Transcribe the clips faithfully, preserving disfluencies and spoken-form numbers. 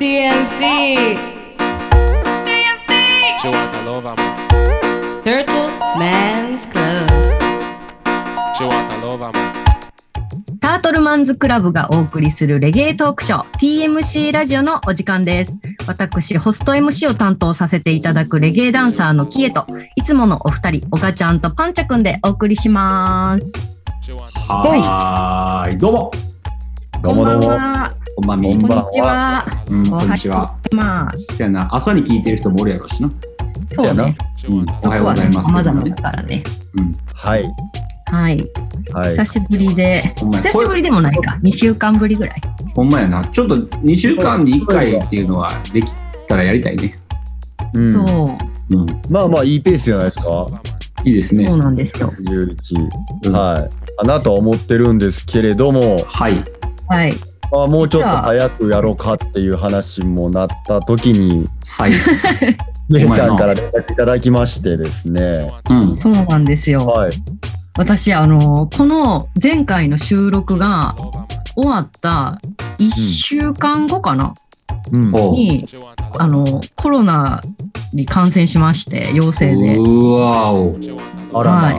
ティーエムシー ティーエムシー Chewata Lova Turtle Man's Club Chewata Lova タートルマンズクラブがお送りするレゲエトークショー ティーエムシー ラジオのお時間です。私ホスト エムシー を担当させていただくレゲエダンサーのキエといつものお二人、オカちゃんとパンチャくんでお送りします。 はーい、どうもどうもどうも。 こんばんみこんにちは。 うん、こんにちは。 ますやな、朝に聞いてる人もおるやろしな。 そうね、 うん、おはようございます、 まだまだからね、 うん、 はいはい、はい、久しぶりで、久しぶりでもないか、にしゅうかんぶりぐらい。 ほんまやな、ちょっとにしゅうかんにいっかいっていうのはできたらやりたいね。 うん、そう、 うん、まあまあいいペースじゃないですか。 いいですね。 そうなんですよ。 じゅういち、うん、はい、かなとは思ってるんですけれども、 はいはい。 まあ、もうちょっと早くやろうかっていう話もなった時に、 はい、 姉ちゃんから連絡いただきましてですね、 うん、そうなんですよ、はい、私あのこの前回の収録が終わったいっしゅうかんごかな、うん、にあのコロナに感染しまして陽性で、 うわお、 あらま、 はい、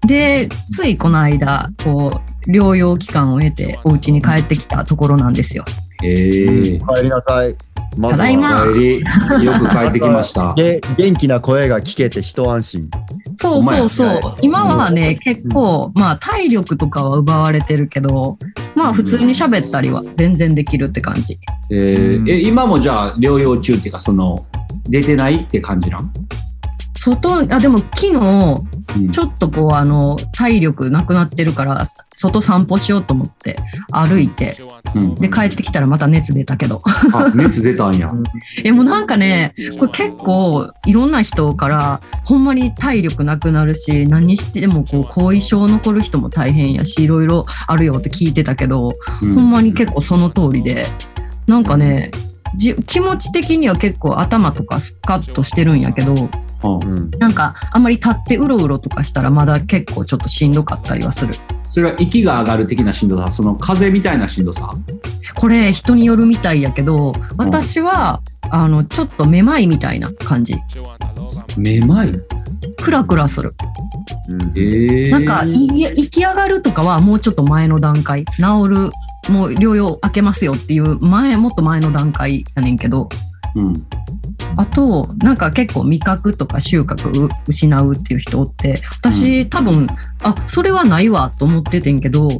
でついこの間こう療養期間を経てお家に帰ってきたところなんですよ。 へー、 帰りなさい。 まずはただいま。 帰りよく帰ってきました。 元気な声が聞けて一安心。 そうそうそう。今はね、結構まあ体力とかは奪われてるけど、まあ普通に喋ったりは全然できるって感じ。 えー、え今もじゃあ療養中っていうか、その出てないって感じなん？ 外、あ、でも昨日ちょっとこうあの体力なくなってるから外散歩しようと思って歩いて、うん、で帰ってきたらまた熱出たけどあ、熱出たんやえもうなんかね、これ結構いろんな人からほんまに体力なくなるし、何してもこう後遺症残る人も大変やし、いろいろあるよって聞いてたけど、うん、ほんまに結構その通りで、なんかねじ気持ち的には結構頭とかスカッとしてるんやけど、うん、なんかあんまり立ってうろうろとかしたらまだ結構ちょっとしんどかったりはする。 それは息が上がる的なしんどさ、その風邪みたいなしんどさ？ これ人によるみたいやけど、私は、うん、あのちょっとめまいみたいな感じ。 めまい？ クラクラする、 うん、えー、 なんか息上がるとかはもうちょっと前の段階、治るもう療養明けますよっていう前もっと前の段階やねんけど、うん、あとなんか結構味覚とか嗅覚失うっていう人おって、私、うん、多分あそれはないわと思っててんけど、うん、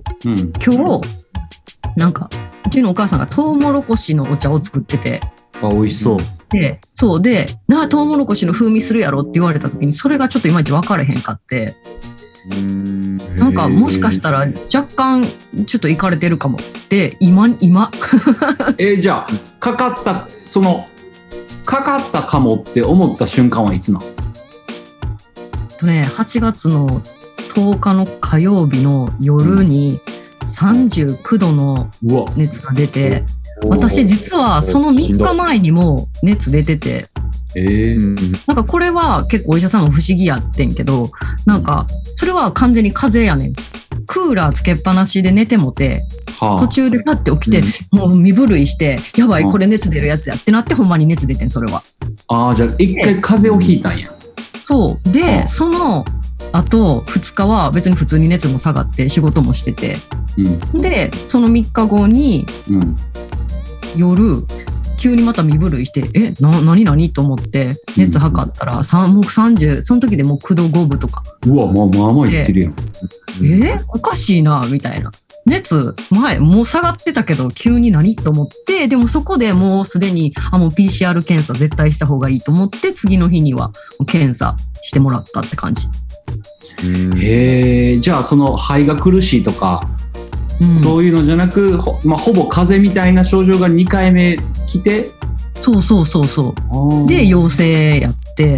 今日なんかうちのお母さんがトウモロコシのお茶を作ってて、 あ美味しそうで、そうでなトウモロコシの風味するやろって言われた時にそれがちょっといまいち分かれへんかって、うーんなんかもしかしたら若干ちょっといかれてるかもって今今えじゃあかかったそのかかったかもって思った瞬間はいつなの？ とね、はちがつのとおかの火曜日の夜にさんじゅうきゅうどの熱が出て、私実はそのみっかまえにも熱出てて、えー、なんかこれは結構お医者さんも不思議やってんけど、なんかそれは完全に風邪やねん。クーラーつけっぱなしで寝てもて、はあ、途中でパッて起きて、うん、もう身震いしてやばいこれ熱出るやつやってなって、ほんまに熱出てん。それはああ、じゃあ一回風邪をひいたんや。 そうで、はあ、そのあとふつかは別に普通に熱も下がって仕事もしてて、うん、でそのみっかごに、うん、夜急にまた身震いして、えな何何と思って熱測ったら、うん、もうさんじゅう、その時でもうきゅうどごぶとか。 うわ、まあまあまあ言ってるやん。 えおかしいなみたいな。熱前もう下がってたけど急に何と思って、でもそこでもうすでにあもう ピーシーアール 検査絶対した方がいいと思って、次の日には検査してもらったって感じ。 へえ、じゃあその肺が苦しいとか、うん、そういうのじゃなく ほ,、まあ、ほぼ風邪みたいな症状がにかいめ来て、 そうそうそうそうで陽性やって、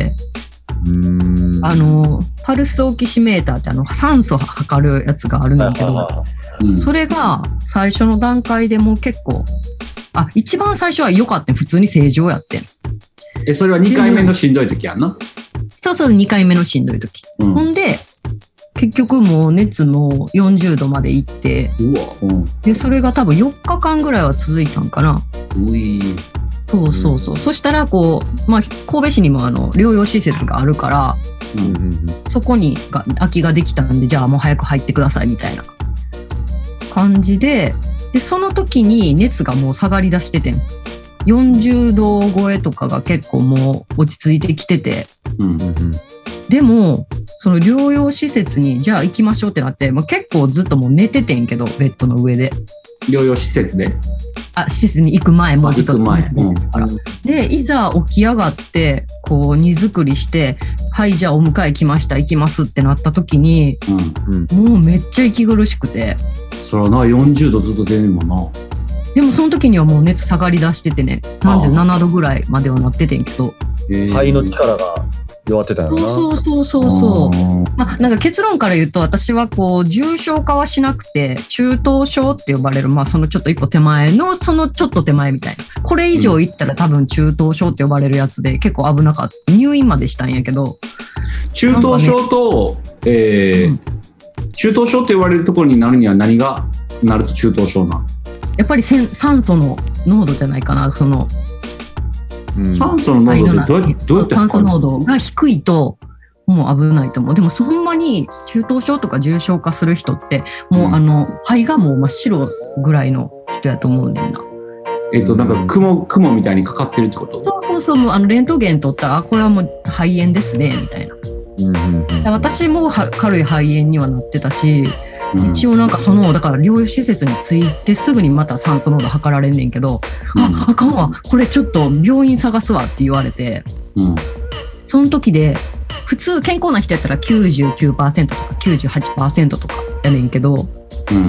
うーんあのパルスオキシメーターってあの酸素測るやつがあるんだけど、うん、それが最初の段階でもう結構あ一番最初は良かった、普通に正常やってん。 えそれはにかいめのしんどい時やんな。 そうそう、にかいめのしんどい時、うん、ほんで結局もう熱もよんじゅうどまでいって、うわ、うん、でそれが多分よっかかんぐらいは続いたんかな。 ういそうそうそう。そしたらこう、まあ、神戸市にもあの療養施設があるから、 うんうんうん、 そこにが空きができたんで、じゃあもう早く入ってくださいみたいな感じで、でその時に熱がもう下がりだしててん。よんじゅうど超えとかが結構もう落ち着いてきてて、 うんうんうん、 でもその療養施設にじゃあ行きましょうってなって、まあ、結構ずっともう寝ててんけど、ベッドの上で。 療養施設であ、施設に行く前もずっと行く前、うん、 でいざ起き上がってこう荷造りして、はいじゃあお迎え来ました行きますってなった時に、うん、もうめっちゃ息苦しくて。 そらなよんじゅうどずっと出るもんな。 でもその時にはもう熱下がりだしててね、さんじゅうななどぐらいまではなっててんけど、 肺の力が弱ってたよな。 そうそうそうそう。まあ、なんか結論から言うと、私はこう重症化はしなくて、中等症って呼ばれる、まあそのちょっと一歩手前のそのちょっと手前みたいな、これ以上いったら多分中等症って呼ばれるやつで、結構危なかった。入院までしたんやけど。 中等症と、ねえーうん、中等症って言われるところになるには何がなると中等症なの？ やっぱり酸素の濃度じゃないかな。そのうん、酸素の濃度ってどうやって、どうやって酸素濃度が低いともう危ないと思う。でもそんなに中等症とか重症化する人ってもう、うん、あの肺がもう真っ白ぐらいの人やと思うんだよな。 えっとなんか雲雲みたいにかかってるってこと？ そうそうそう。もうあのレントゲン取ったら、あこれはもう肺炎ですねみたいな。うんうんうん、私も軽い肺炎にはなってたし。一応なんかそのだから療養施設に着いてすぐにまた酸素濃度測られんねんけど、うん、ああかんわこれちょっと病院探すわって言われて、うん、その時で普通健康な人やったら きゅうじゅうきゅうパーセント とか きゅうじゅうはちパーセント とかやねんけど、うん、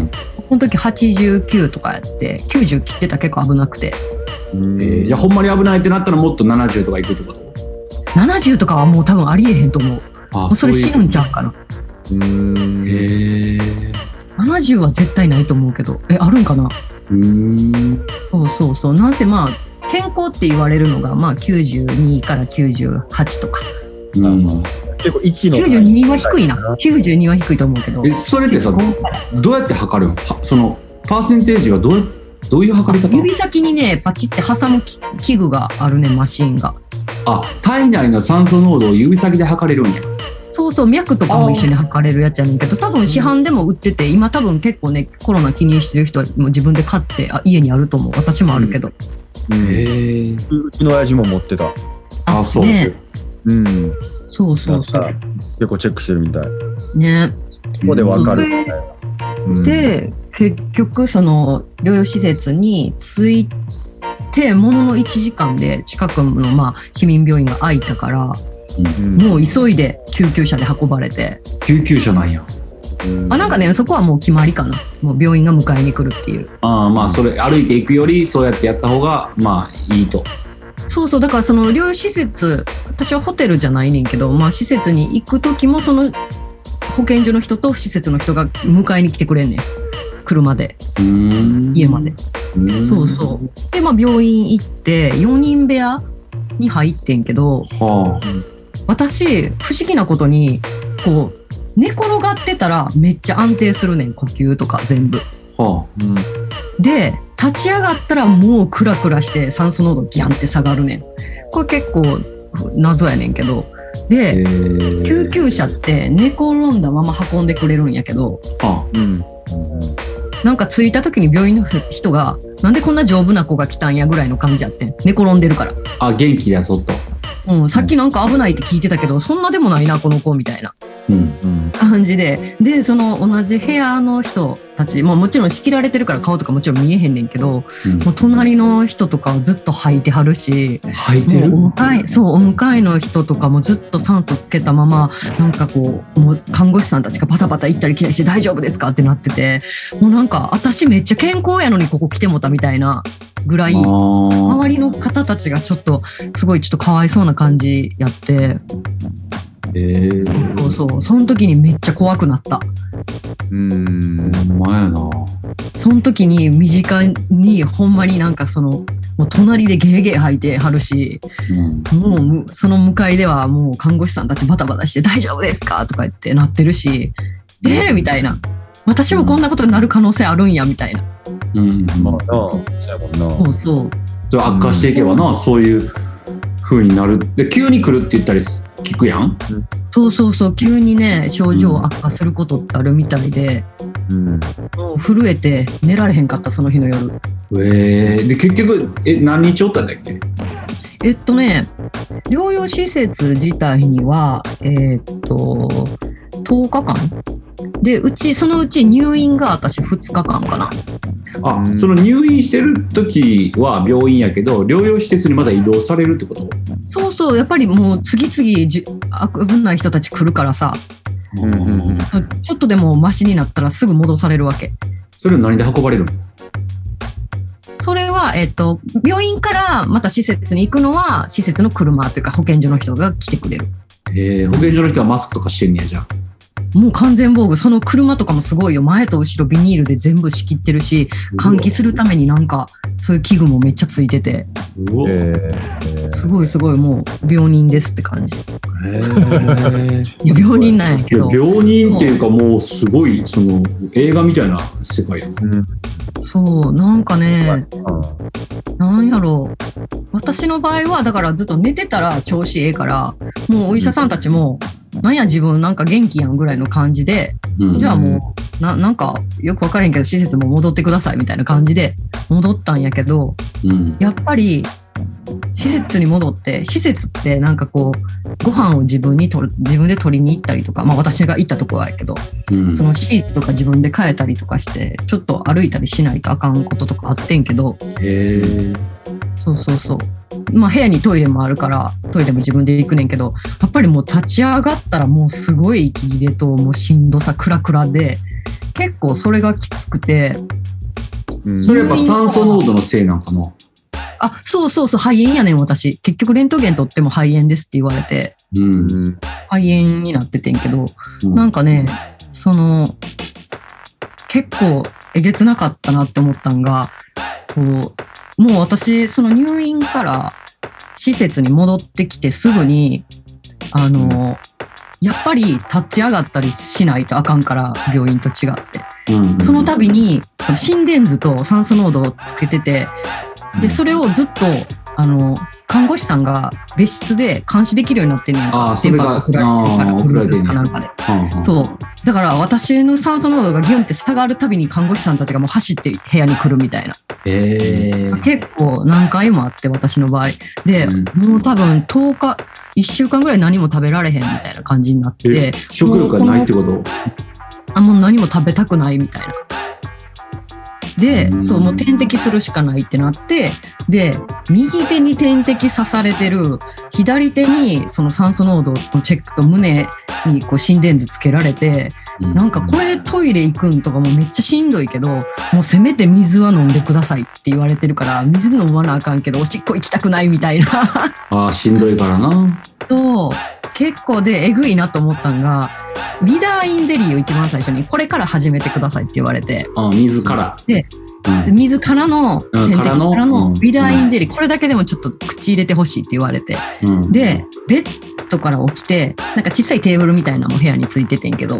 この時はちじゅうきゅうとかやってきゅうじゅう切ってたら結構危なくて、 えー、いやほんまに危ないってなったらもっとななじゅうとかいくってこと？ ななじゅうとかはもう多分ありえへんと思う。あもうそれ死ぬんちゃうかな。 うーんへーななじゅうは絶対ないと思うけど、えあるんかな。うーんそうそうそう。なんせまあ健康って言われるのがまあきゅうじゅうにからきゅうじゅうはちとか、うん、 結構いちのきゅうじゅうには低いな。きゅうじゅうには低いと思うけど。 えそれってさどうやって測るの？そのパーセンテージがどうどういう測り方？ 指先にねパチって挟む器具があるね、マシンが。 あ体内の酸素濃度を指先で測れるんや。 そうそう、脈とかも一緒に測れるやつやねんけど、多分市販でも売ってて、今多分結構ねコロナ気にしてる人はもう自分で買ってあ家にあると思う。私もあるけど、 うん、へえ。うちの親父も持ってた。 あそうね。 うん。 そうそうそう。 結構チェックしてるみたい。 ね。 ここでわかるみたいな。 うん、で結局その療養施設に着いてもののいちじかんで近くのまあ市民病院が開いたから。うん、もう急いで救急車で運ばれて。 救急車なんや。 あなんかねそこはもう決まりかな。もう病院が迎えに来るっていう。 ああまあそれ歩いていくよりそうやってやった方がまあいいと。 そうそう。だからその療養施設、私はホテルじゃないねんけど、まあ施設に行く時もその保健所の人と施設の人が迎えに来てくれんねん、車で。うーん家まで。うーんそうそう。でまあ病院行ってよにん部屋に入ってんけど、はあ私不思議なことにこう寝転がってたらめっちゃ安定するねん、呼吸とか全部、はあうん、で立ち上がったらもうクラクラして酸素濃度ギャンって下がるねん。これ結構謎やねんけど、で救急車って寝転んだまま運んでくれるんやけど、はあうん、なんか着いた時に病院の人がなんでこんな丈夫な子が来たんやぐらいの感じやってん、寝転んでるから。 あ元気だぞと。 うん、さっきなんか危ないって聞いてたけどそんなでもないなこの子みたいな感じで、でその同じ部屋の人たち、まあ、もちろん仕切られてるから顔とかもちろん見えへんねんけど、うん、もう隣の人とかをずっと吐いてはるし、 吐いてる？ お迎え、そうお迎えの人とかもずっと酸素つけたままなんかこう、もう看護師さんたちがバタバタ行ったり来たりして大丈夫ですかってなってて、もうなんか私めっちゃ健康やのにここ来てもたみたいなぐらい周りの方たちがちょっとすごいちょっとかわいそうな感じやって、えー、そうそう、その時にめっちゃ怖くなった。 うーんほんまやな。 その時に身近にほんまになんかそのもう隣でゲーゲー吐いてはるし、うん、もうその向かいではもう看護師さんたちバタバタして大丈夫ですかとか言ってなってるし、うん、えーみたいな、私もこんなことになる可能性あるんやみたいな。 うん、まあな、そうやもんな。 そうそう。 それ悪化していけばな、うん、そういう風になる。で急に来るって言ったり聞くやん。 そうそうそう、急にね症状悪化することってあるみたいで、うん、もう震えて寝られへんかったその日の夜。 えー、で結局え何日おったんだっけ？ えっとね療養施設自体にはえー、っととおかかんで、うちそのうち入院が私ふつかかんかな。 あ、うん、その入院してる時は病院やけど療養施設にまだ移動されるってこと？ そうそう、やっぱりもう次々じ危ない人たち来るからさ、うんうんうん、ちょっとでもマシになったらすぐ戻されるわけ。それは何で運ばれるの？ それは、えっと、病院からまた施設に行くのは施設の車というか保健所の人が来てくれる。 えー、保健所の人はマスクとかしてんねや。じゃあもう完全防具、その車とかもすごいよ、前と後ろビニールで全部仕切ってるし、換気するためになんかそういう器具もめっちゃついてて、すごいすごいもう病人ですって感じ。えー、いや病人なんやけど、 病人っていうかもうすごいその映画みたいな世界や、うん、 そうなんかね、なんやろう、私の場合はだからずっと寝てたら調子ええから、もうお医者さんたちも、うん、なんや自分なんか元気やんぐらいの感じで、うん、じゃあもう な, なんかよく分からへんけど施設も戻ってくださいみたいな感じで戻ったんやけど、うん、やっぱり施設に戻って、施設ってなんかこうご飯を自分に取る自分で取りに行ったりとか、まあ私が行ったところはやけど、うん、そのシーツとか自分で変えたりとかしてちょっと歩いたりしないとあかんこととかあってんけど、へー、そうそうそう、まあ部屋にトイレもあるからトイレも自分で行くねんけど、やっぱりもう立ち上がったらもうすごい息切れともうしんどさクラクラで、結構それがきつくて、 うん、それやっぱ酸素濃度のせいなんかな。 あ、そうそうそう、肺炎やねん私。結局レントゲン取っても肺炎ですって言われて、うん、肺炎になっててんけど、うん、なんかね、その結構えげつなかったなって思ったんが、こうもう私その入院から施設に戻ってきてすぐにあの、うん、やっぱり立ち上がったりしないとあかんから、病院と違って、うんうん、その度にその心電図と酸素濃度をつけてて、でそれをずっとあの看護師さんが別室で監視できるようになってんねんか。 あ、それが送られてるからなんかで、 うんうん、そうだから私の酸素濃度がギュンって下がるたびに看護師さんたちがもう走って部屋に来るみたいな。へー、結構何回もあって私の場合で、うん、もう多分とおかいっしゅうかんぐらい何も食べられへんみたいな感じになって、 食欲がないってこと？ あ、もう何も食べたくないみたいな。で、そうもう点滴するしかないってなって、で右手に点滴刺されてる、左手にその酸素濃度のチェックと胸にこう心電図つけられて、うん、なんかこれでトイレ行くんとかもめっちゃしんどいけど、もうせめて水は飲んでくださいって言われてるから、水飲まなあかんけどおしっこ行きたくないみたいなあ、しんどいからな。 そう結構でえぐいなと思ったんが、ビダーインゼリーを一番最初にこれから始めてくださいって言われて、 あ、水からで、うん、水からの点滴からのビダーインゼリー、これだけでもちょっと口入れてほしいって言われて、うん、でベッドから起きてなんか小さいテーブルみたいなのも部屋についててんけど、うん、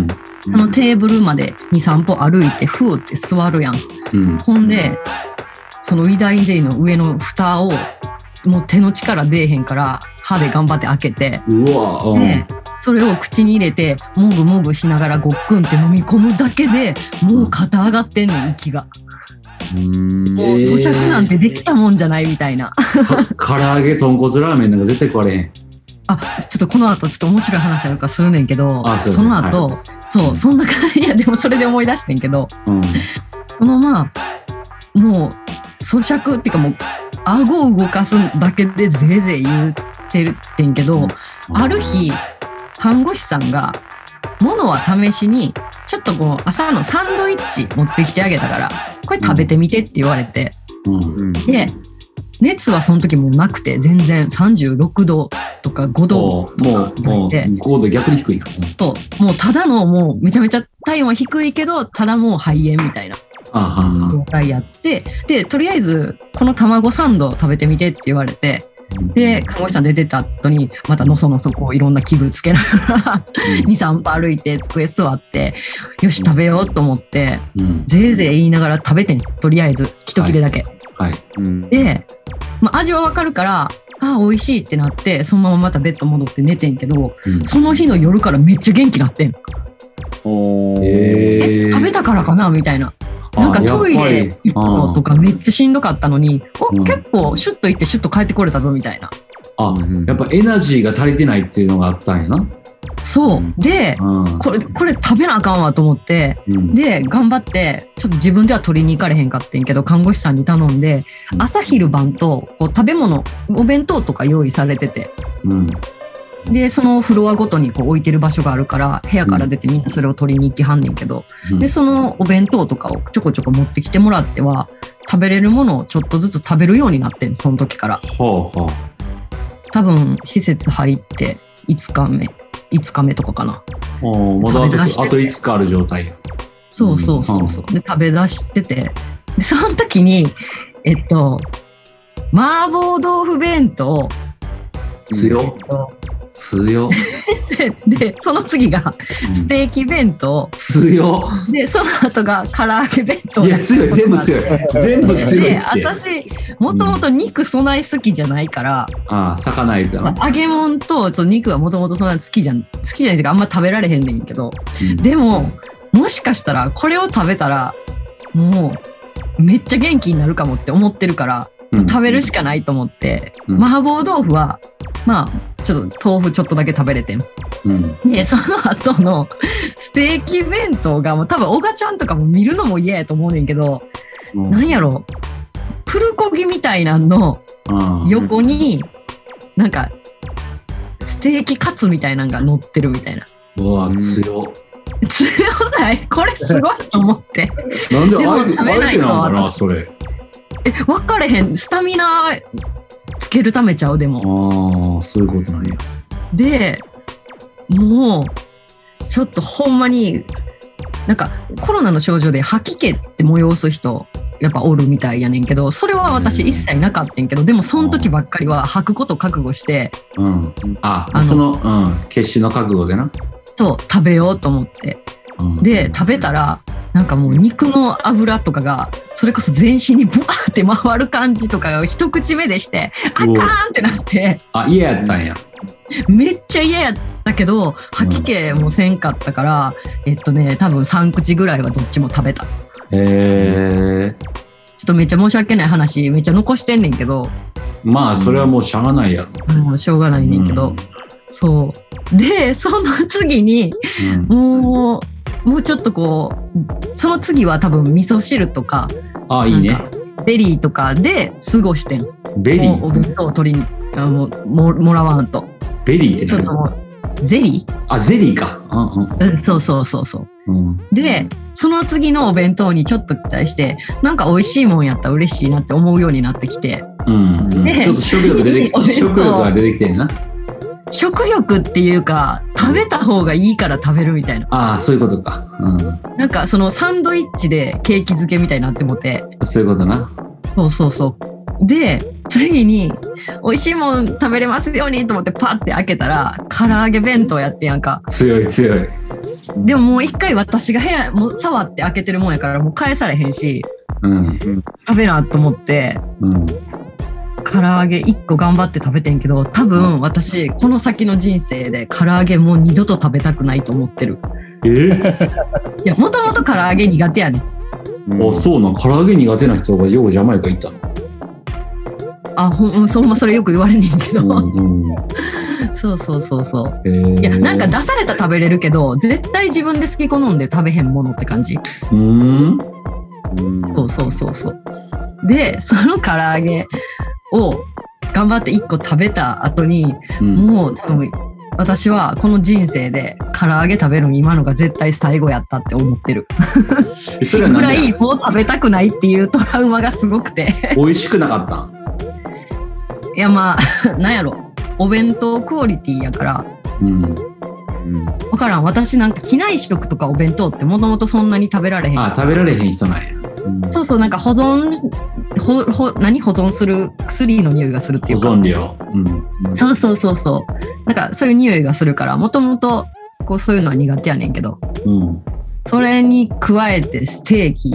そのテーブルまで にさん歩歩いてふーって座るやん、うん、ほんでそのビダーインゼリーの上の蓋をもう手の力出えへんから歯で頑張って開けて、うわ、うん、でそれを口に入れてもぐもぐしながらごっくんって飲み込むだけでもう肩上がってんねん、息が。うーん、もう咀嚼なんてできたもんじゃないみたいな。 唐揚げ豚骨ラーメンなんか絶対食われへん。 あ、ちょっとこの後ちょっと面白い話あるからするねんけど、あ、 そ, その後、はい、そうそんな感じ、いやでもそれで思い出してんけど、うん、そのまあもう咀嚼っていうかもう顎を動かすだけでぜいぜい言ってるってんけど、うん、ある日看護師さんが物は試しにちょっとこう朝のサンドイッチ持ってきてあげたからこれ食べてみてって言われて、うん、で熱はその時もなくて全然さんじゅうろくどとかごどとかもうごど逆に低いな、 そう、もうただのもうめちゃめちゃ体温は低いけどただもう肺炎みたいな状態やって、でとりあえずこの卵サンド食べてみてって言われて、で看護師さん出てた後にまたのそのそこういろんな器具つけながらにさん歩歩いて机座ってよし食べようと思って、うん、ぜいぜい言いながら食べてん、とりあえず一切れだけ、はいはい。 で、まあ、味はわかるからあ美味しいってなってそのまままたベッド戻って寝てんけど、うん、その日の夜からめっちゃ元気になってん。 おえー、食べたからかなみたいな。なんかトイレ行くのとかめっちゃしんどかったのに、お、うん、結構シュッと行ってシュッと帰ってこれたぞみたいな。 あ、やっぱエナジーが足りてないっていうのがあったんやな。 そうで、うん、これこれ食べなあかんわと思って、うん、で頑張ってちょっと自分では取りに行かれへんかってんけど看護師さんに頼んで、うん、朝昼晩とこう食べ物お弁当とか用意されてて、うん、でそのフロアごとにこう置いてる場所があるから部屋から出てみんなそれを取りに行きはんねんけど、うん、でそのお弁当とかをちょこちょこ持ってきてもらっては食べれるものをちょっとずつ食べるようになってんその時から。 はあはあ、 多分施設入っていつかめいつかめとかかな。 おまだあと、あといつかある状態や。 そうそうそうそう、うん、で食べ出しててでその時にえっと麻婆豆腐弁当強強でその次がステーキ弁当、 うん、強でその後が唐揚げ弁当。 いや強い全部強い全部強いって。 で私もともと肉そない好きじゃないから、 うん、ああ魚いだな、 まあ、揚げ物とちょ肉はもともとそんな好きじゃん好きじゃないというかあんま食べられへんねんけど、うん、でももしかしたらこれを食べたらもうめっちゃ元気になるかもって思ってるから、うん、食べるしかないと思って、うん、麻婆豆腐はまあちょっと豆腐ちょっとだけ食べれてん、うん、でその後のステーキ弁当がもう多分おがちゃんとかも見るのも嫌やと思うねんけど、うん、なんやろプルコギみたいなんの横になんかステーキカツみたいなのが乗ってるみたいな。 うわ強強ないこれすごいと思ってなんであえてあえてなんだなそれ。 え分かれへん。スタミナつけるためちゃう。でもああそういうことなんや。 でもうちょっとほんまになんかコロナの症状で吐き気って催す人やっぱおるみたいやねんけど、それは私一切なかったんけど、でもその時ばっかりは吐くこと覚悟して、 うん、ああのその、うん、決死の覚悟でなそう食べようと思って、うん、で食べたらなんかもう肉の脂とかがそれこそ全身にブワーって回る感じとかが一口目でしてあかんってなって。 あ嫌やったんや。 めっちゃ嫌やったけど吐き気もせんかったから、うん、えっとね多分さん口ぐらいはどっちも食べた。 へー。ちょっとめっちゃ申し訳ない話めっちゃ残してんねんけど、 まあそれはもうしゃあないやろ、 もうしょうがないねんけど、うん、そうでその次に、うん、もうもうちょっとこうその次は多分味噌汁とかあいいねベリーとかで過ごしてん。 ベリーお弁当を取りにあもう も, もらわんと。 ベリーってちょっともうゼリーあゼリーか、うんうん、 そうそうそうそう、 うん、 でその次のお弁当にちょっと期待してなんか美味しいもんやったら嬉しいなって思うようになってきて、 うんうん、ちょっと食欲出てき食欲が出てきてるな。 食欲っていうか食べた方がいいから食べるみたいな。 ああそういうことか、うん、 なんかそのサンドイッチでケーキ漬けみたいになってもて。 そういうことな。 そうそうそうで次に美味しいもん食べれますようにと思ってパッて開けたら唐揚げ弁当やってやんか。 強い強い。 でももう一回私が部屋もう触って開けてるもんやからもう返されへんし、 うん、 食べなと思って、うん、唐揚げいっこ頑張って食べてんけど多分私この先の人生で唐揚げもう二度と食べたくないと思ってる。 えー、 いやもともと唐揚げ苦手やねん。 うん、あそうなん。唐揚げ苦手な人がようジャマイカ行ったの。 あほんそんまそれよく言われんねんけど、 うんうん、 そうそうそうそう、 えー、 いやなんか出されたら食べれるけど絶対自分で好き好んで食べへんものって感じ。 うーんそうそうそうそうでその唐揚げを頑張っていっこ食べた後に、うん、もう多分私はこの人生で唐揚げ食べるの今のが絶対最後やったって思ってるそれぐらいもう食べたくないっていうトラウマがすごくて美味しくなかった。 いやまあなんやろお弁当クオリティやから、うんうん、分からん。私なんか機内食とかお弁当ってもともとそんなに食べられへん。 あ食べられへん人なんや、 うん、そうそうなんか保存ほほ何保存する薬の匂いがするっていうか保存料、 うん、そうそうそうそうなんかそういう匂いがするからもともとこうそういうのは苦手やねんけど、 うん、 それに加えてステーキ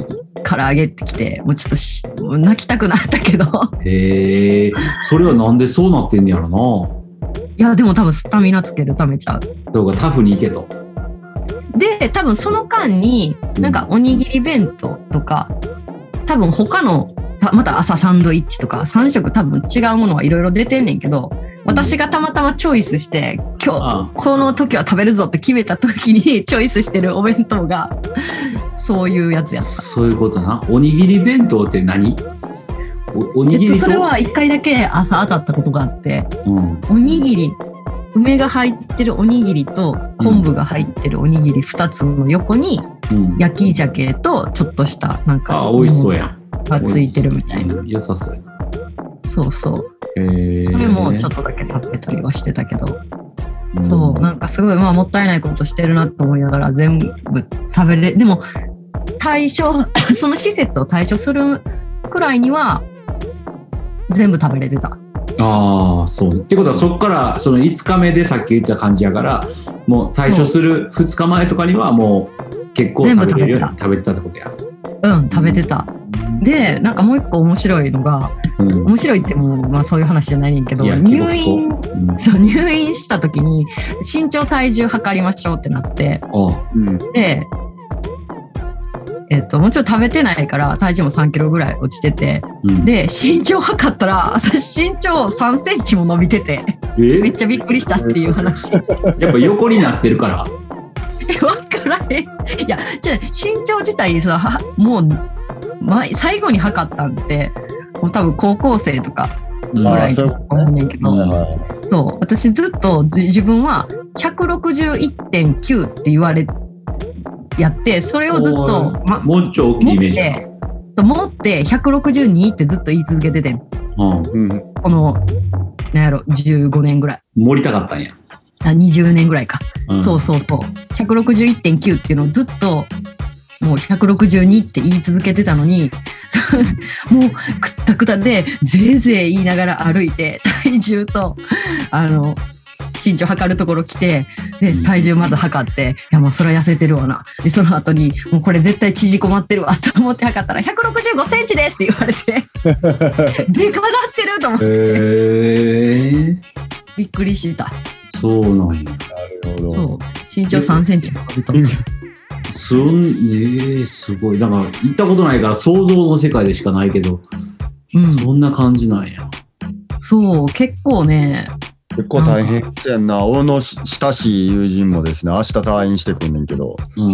唐揚げってきて、もうちょっとし泣きたくなったけど。 へえ、それはなんでそうなってんねやろな。 いやでも多分スタミナつけるためちゃう。 そうか、タフにいけと。 で多分その間になんかおにぎり弁当とか、多分他のさまた朝サンドイッチとかさん食多分違うものはいろいろ出てんねんけど、私がたまたまチョイスして今日この時は食べるぞって決めた時にチョイスしてるお弁当がそういうやつやった。 そういうことな。おにぎり弁当って何？お, おにぎりと、 えっと、それは一回だけ朝当たったことがあって、うん、おにぎり梅が入ってるおにぎりと昆布が入ってるおにぎりふたつの横に、うん、焼き鮭とちょっとしたなんかあ美味しそうやんがついてるみたいな。 良さそうやな。 そうそう。 へー。 それもちょっとだけ食べたりはしてたけど、うん、そうなんかすごいまあもったいないことしてるなと思いながら全部食べれ、でも対処その施設を対処するくらいには全部食べれてた。 ああ、そうってことはそっからそのいつかめでさっき言った感じやから、もう対処するふつかまえとかにはもう結構食べれるように食べてたってことや。 うん食べてた。でなんかもう一個面白いのが、うん、面白いってもう、まあ、そういう話じゃないねんけど、入院、うん、そう入院した時に身長体重測りましょうってなって、うん、でえっと、もちろん食べてないから体重もさんキロぐらい落ちてて、うん、で身長測ったら私身長さんセンチも伸びてて、えー、めっちゃびっくりしたっていう話。 やっぱ横になってるからえ分からへん。いやじゃあ身長自体さもう前最後に測ったんでもう多分高校生とかぐらいだと思うねんけど、うん、そう私ずっと自分は ひゃくろくじゅういってんきゅう って言われてやってそれをずっと、 ま、もうちょい大きいイメージだ持ってひゃくろくじゅうにってずっと言い続けててん、うん、このなんやろじゅうごねんぐらい盛りたかったんや。 あにじゅうねんぐらいか、うん、そうそうそう ひゃくろくじゅういってんきゅう っていうのをずっともうひゃくろくじゅうにって言い続けてたのにもうくったくたでぜいぜい言いながら歩いて体重とあの身長測るところ来てで体重まず測っていやもうそれは痩せてるわなでその後にもうこれ絶対縮こまってるわと思って測ったらひゃくろくじゅうごセンチですって言われてでかなってると思って、えー、びっくりした。 そうなんや。なるほど。そう身長さんセンチ伸びた。 すんえー、すごい。だから行ったことないから想像の世界でしかないけど、うん、そんな感じなんや。 そう結構ね結構大変やんな。俺の親しい友人もですね明日退院してくんねんけど、うん、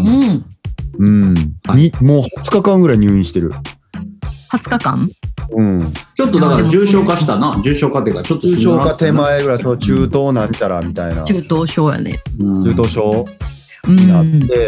うん、はい、もうはつかかんぐらい入院してる。 はつかかん？ うん。 ちょっとだから重症化したな。重症化っていうかちょっと重症化手前ぐらいそう中等なんちゃらみたいな。 中等症やね。 中等症になって、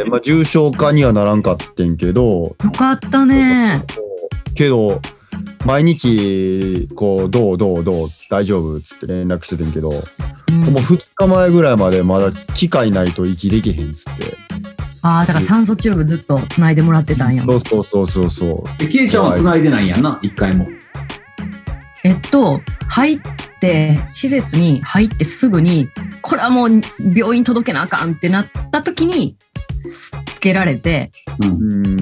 まあ重症化にはならんかってんけど。 よかったね。 けど毎日こうどうどうどう大丈夫っつって連絡しててんけど、うん、もうふつかまえぐらいまでまだ機械ないと息できへんっつって。 ああだから酸素チューブずっと繋いでもらってたんや。 そうそうそうそうそう。 えケイちゃんは繋いでないんやな一回も。 えっと入って施設に入ってすぐにこれはもう病院届けなあかんってなった時につけられて、うん、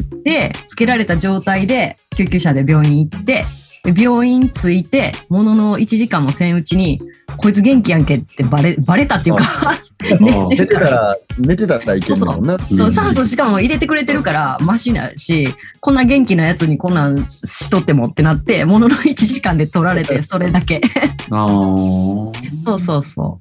でつけられた状態で救急車で病院行ってで病院着いてもののいちじかんもせんうちにこいつ元気やんけってバレバレたっていうか寝てたら寝てたらいけんのもんな。 そうそう酸素しかも入れてくれてるからマシなしこんな元気なやつにこんなんしとってもってなってもののいちじかんで取られてそれだけあそうそうそう、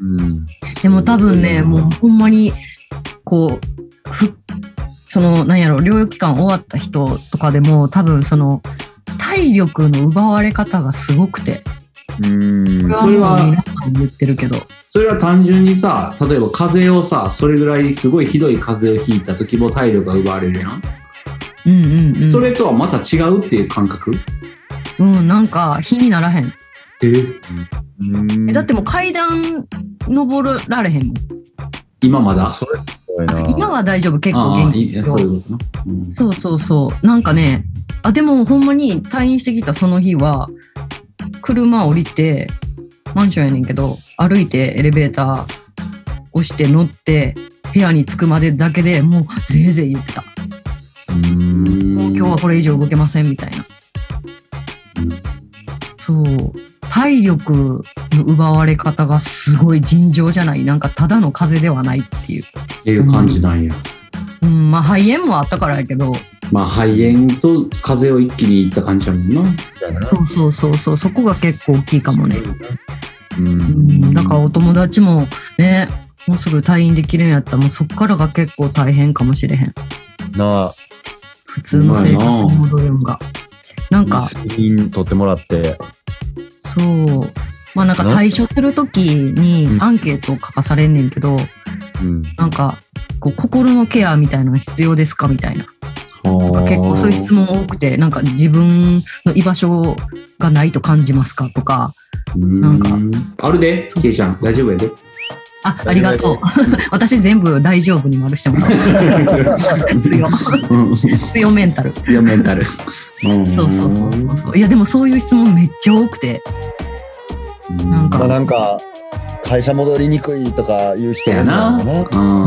うん、でも多分ねもうほんまにこうふそのなんやろ療養期間終わった人とかでも多分その体力の奪われ方がすごくて、うーんそれは皆さん言ってるけどそれは単純にさ例えば風邪をさそれぐらいすごいひどい風邪をひいた時も体力が奪われるやん、うんうんうん、それとはまた違うっていう感覚うんなんか比にならへん。 ええだってもう階段登られへんもん今まだ。 それ今は大丈夫結構元気よ。そういうことな、うん、そうそうそうなんかねあでもほんまに退院してきたその日は車降りてマンションやねんけど歩いてエレベーター押して乗って部屋に着くまでだけでもうぜいぜい言ってた。うーんもう今日はこれ以上動けませんみたいな。うん、そう体力の奪われ方がすごい尋常じゃない。なんかただの風邪ではないっていう。 っていう感じなんや。 うん、うん、まあ肺炎もあったからやけど。 まあ肺炎と風邪を一気にいった感じやもんな。 そうそうそうそう、そこが結構大きいかもね。うん、うん、だからお友達もね、もうすぐ退院できるんやったらもうそっからが結構大変かもしれへん。 なあ。 普通の生活に戻るんが。なんか。 責任取ってもらって。 そう。まあなんか対処するときにアンケートを書かされんねんけど、うん、なんかこう心のケアみたいなの必要ですかみたいな。なんか結構そういう質問多くて、なんか自分の居場所がないと感じますかとか、なんかあるで、ケイちゃん大丈夫やで。 あ、ありがとう。私全部大丈夫に丸してもらう。強強メンタル。 強メンタル。 そうそうそうそう。いやでもそういう質問めっちゃ多くて、 なんか、まあ、なんか会社戻りにくいとか言う人やな。 うん。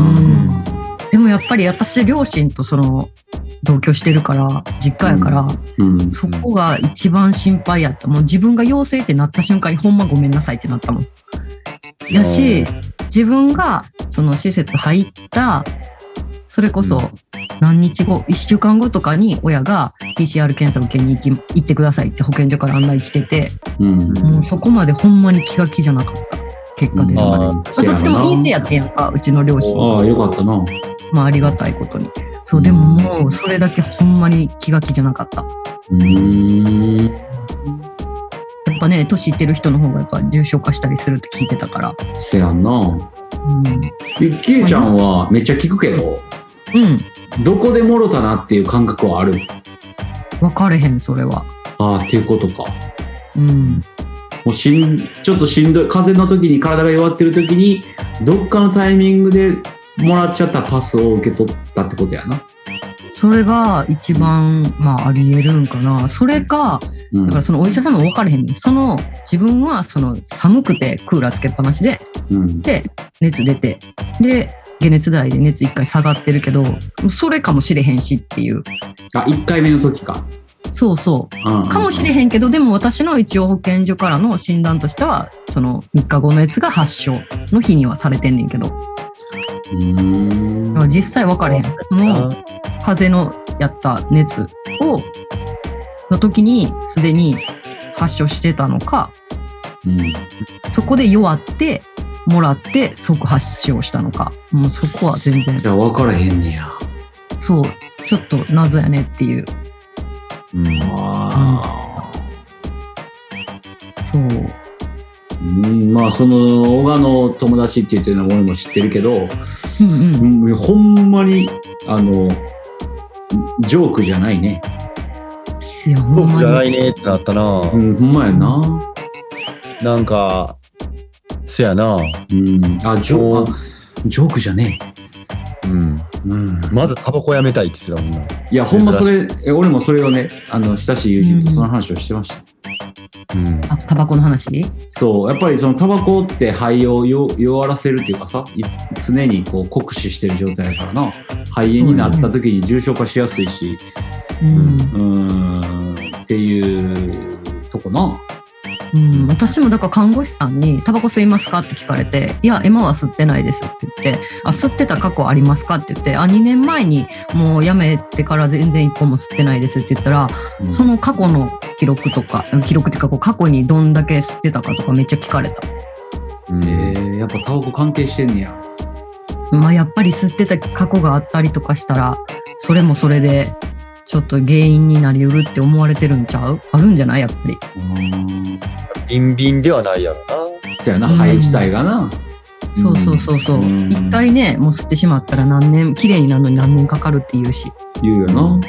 でもやっぱり私両親とその同居してるから実家やから、うんうん、そこが一番心配やった。もう自分が陽性ってなった瞬間にほんまごめんなさいってなったもん。やし、自分がその施設入ったそれこそ何日後、いっしゅうかんごとかに親が ピーシーアール 検査受けに行き行ってくださいって保健所から案内来てて、うん、もうそこまでほんまに気が気じゃなかった結果出るまで、うん、どっちでも陰性やったやんか、うちの両親。 ああよかったな。 まあありがたいことに。そう、でももうそれだけほんまに気が気じゃなかった。うーん、やっぱね、年いってる人の方がやっぱ重症化したりするって聞いてたから。 せやんな。うん。ケイちゃんはめっちゃ聞くけど、うん。どこでもろたなっていう感覚はある？ 分かれへん、それは。 ああ、っていうことか。うん。もうしん、ちょっとしんどい、風邪の時に体が弱ってる時に、どっかのタイミングでもらっちゃったパスを受け取ったってことやな。 それが一番、まあ、あり得るんかな。それか、だからそのお医者さんも分かれへんねん。その自分はその寒くてクーラーつけっぱなしで、うん、で熱出て、で解熱剤で熱いっかい下がってるけど、それかもしれへんしっていう。 あ、いっかいめの時か。 そうそう、うんうん、かもしれへんけど、でも私の一応保健所からの診断としてはそのみっかごのやつが発症の日にはされてんねんけど、うーん、実際分かれへん。もう風邪のやった熱をの時にすでに発症してたのか、うん、そこで弱ってもらって即発症したのか、もうそこは全然。 じゃあ分からへんねや。 そう、ちょっと謎やねっていう。うん、あそう、 うん、まあその小川の友達って言ってるのは俺も知ってるけど、うんうん、ほんまにあのジョークじゃないね。 いや、ジョークじゃないねってなったな。 うん、ほんまやな。 なんかせやな。うん、 あ、ジョー、ジョークじゃねえ。 うんうん、まずタバコやめたいって言ってたもんな。 いやほんまそれ、え俺もそれをね、あの親しい友人とその話をしてました。 うん、あ、タバコの話？ そう、やっぱりそのタバコって肺を弱らせるっていうかさ、常にこう酷使してる状態だからな。肺炎になった時に重症化しやすいし、う、ね、うん、うーんっていうとこな。 うん、私もだから看護師さんにタバコ吸いますかって聞かれて、いや今は吸ってないですって言って、あ、吸ってた過去ありますかって言って、あ、にねんまえにもうやめてから全然一本も吸ってないですって言ったら、うん、その過去の記録とか記録っていうかこう過去にどんだけ吸ってたかとかめっちゃ聞かれた。 うん、えー、やっぱタバコ関係してんねや。 まあやっぱり吸ってた過去があったりとかしたら、それもそれでちょっと原因になりうるって思われてるんちゃう？あるんじゃないやっぱり。 ビンビンではないやろな。 そうやな、肺自体がな。 そうそうそうそう。一回ね、もう吸ってしまったら何年、綺麗になるのに何年かかるって言うし。 言うよな。うん。うん。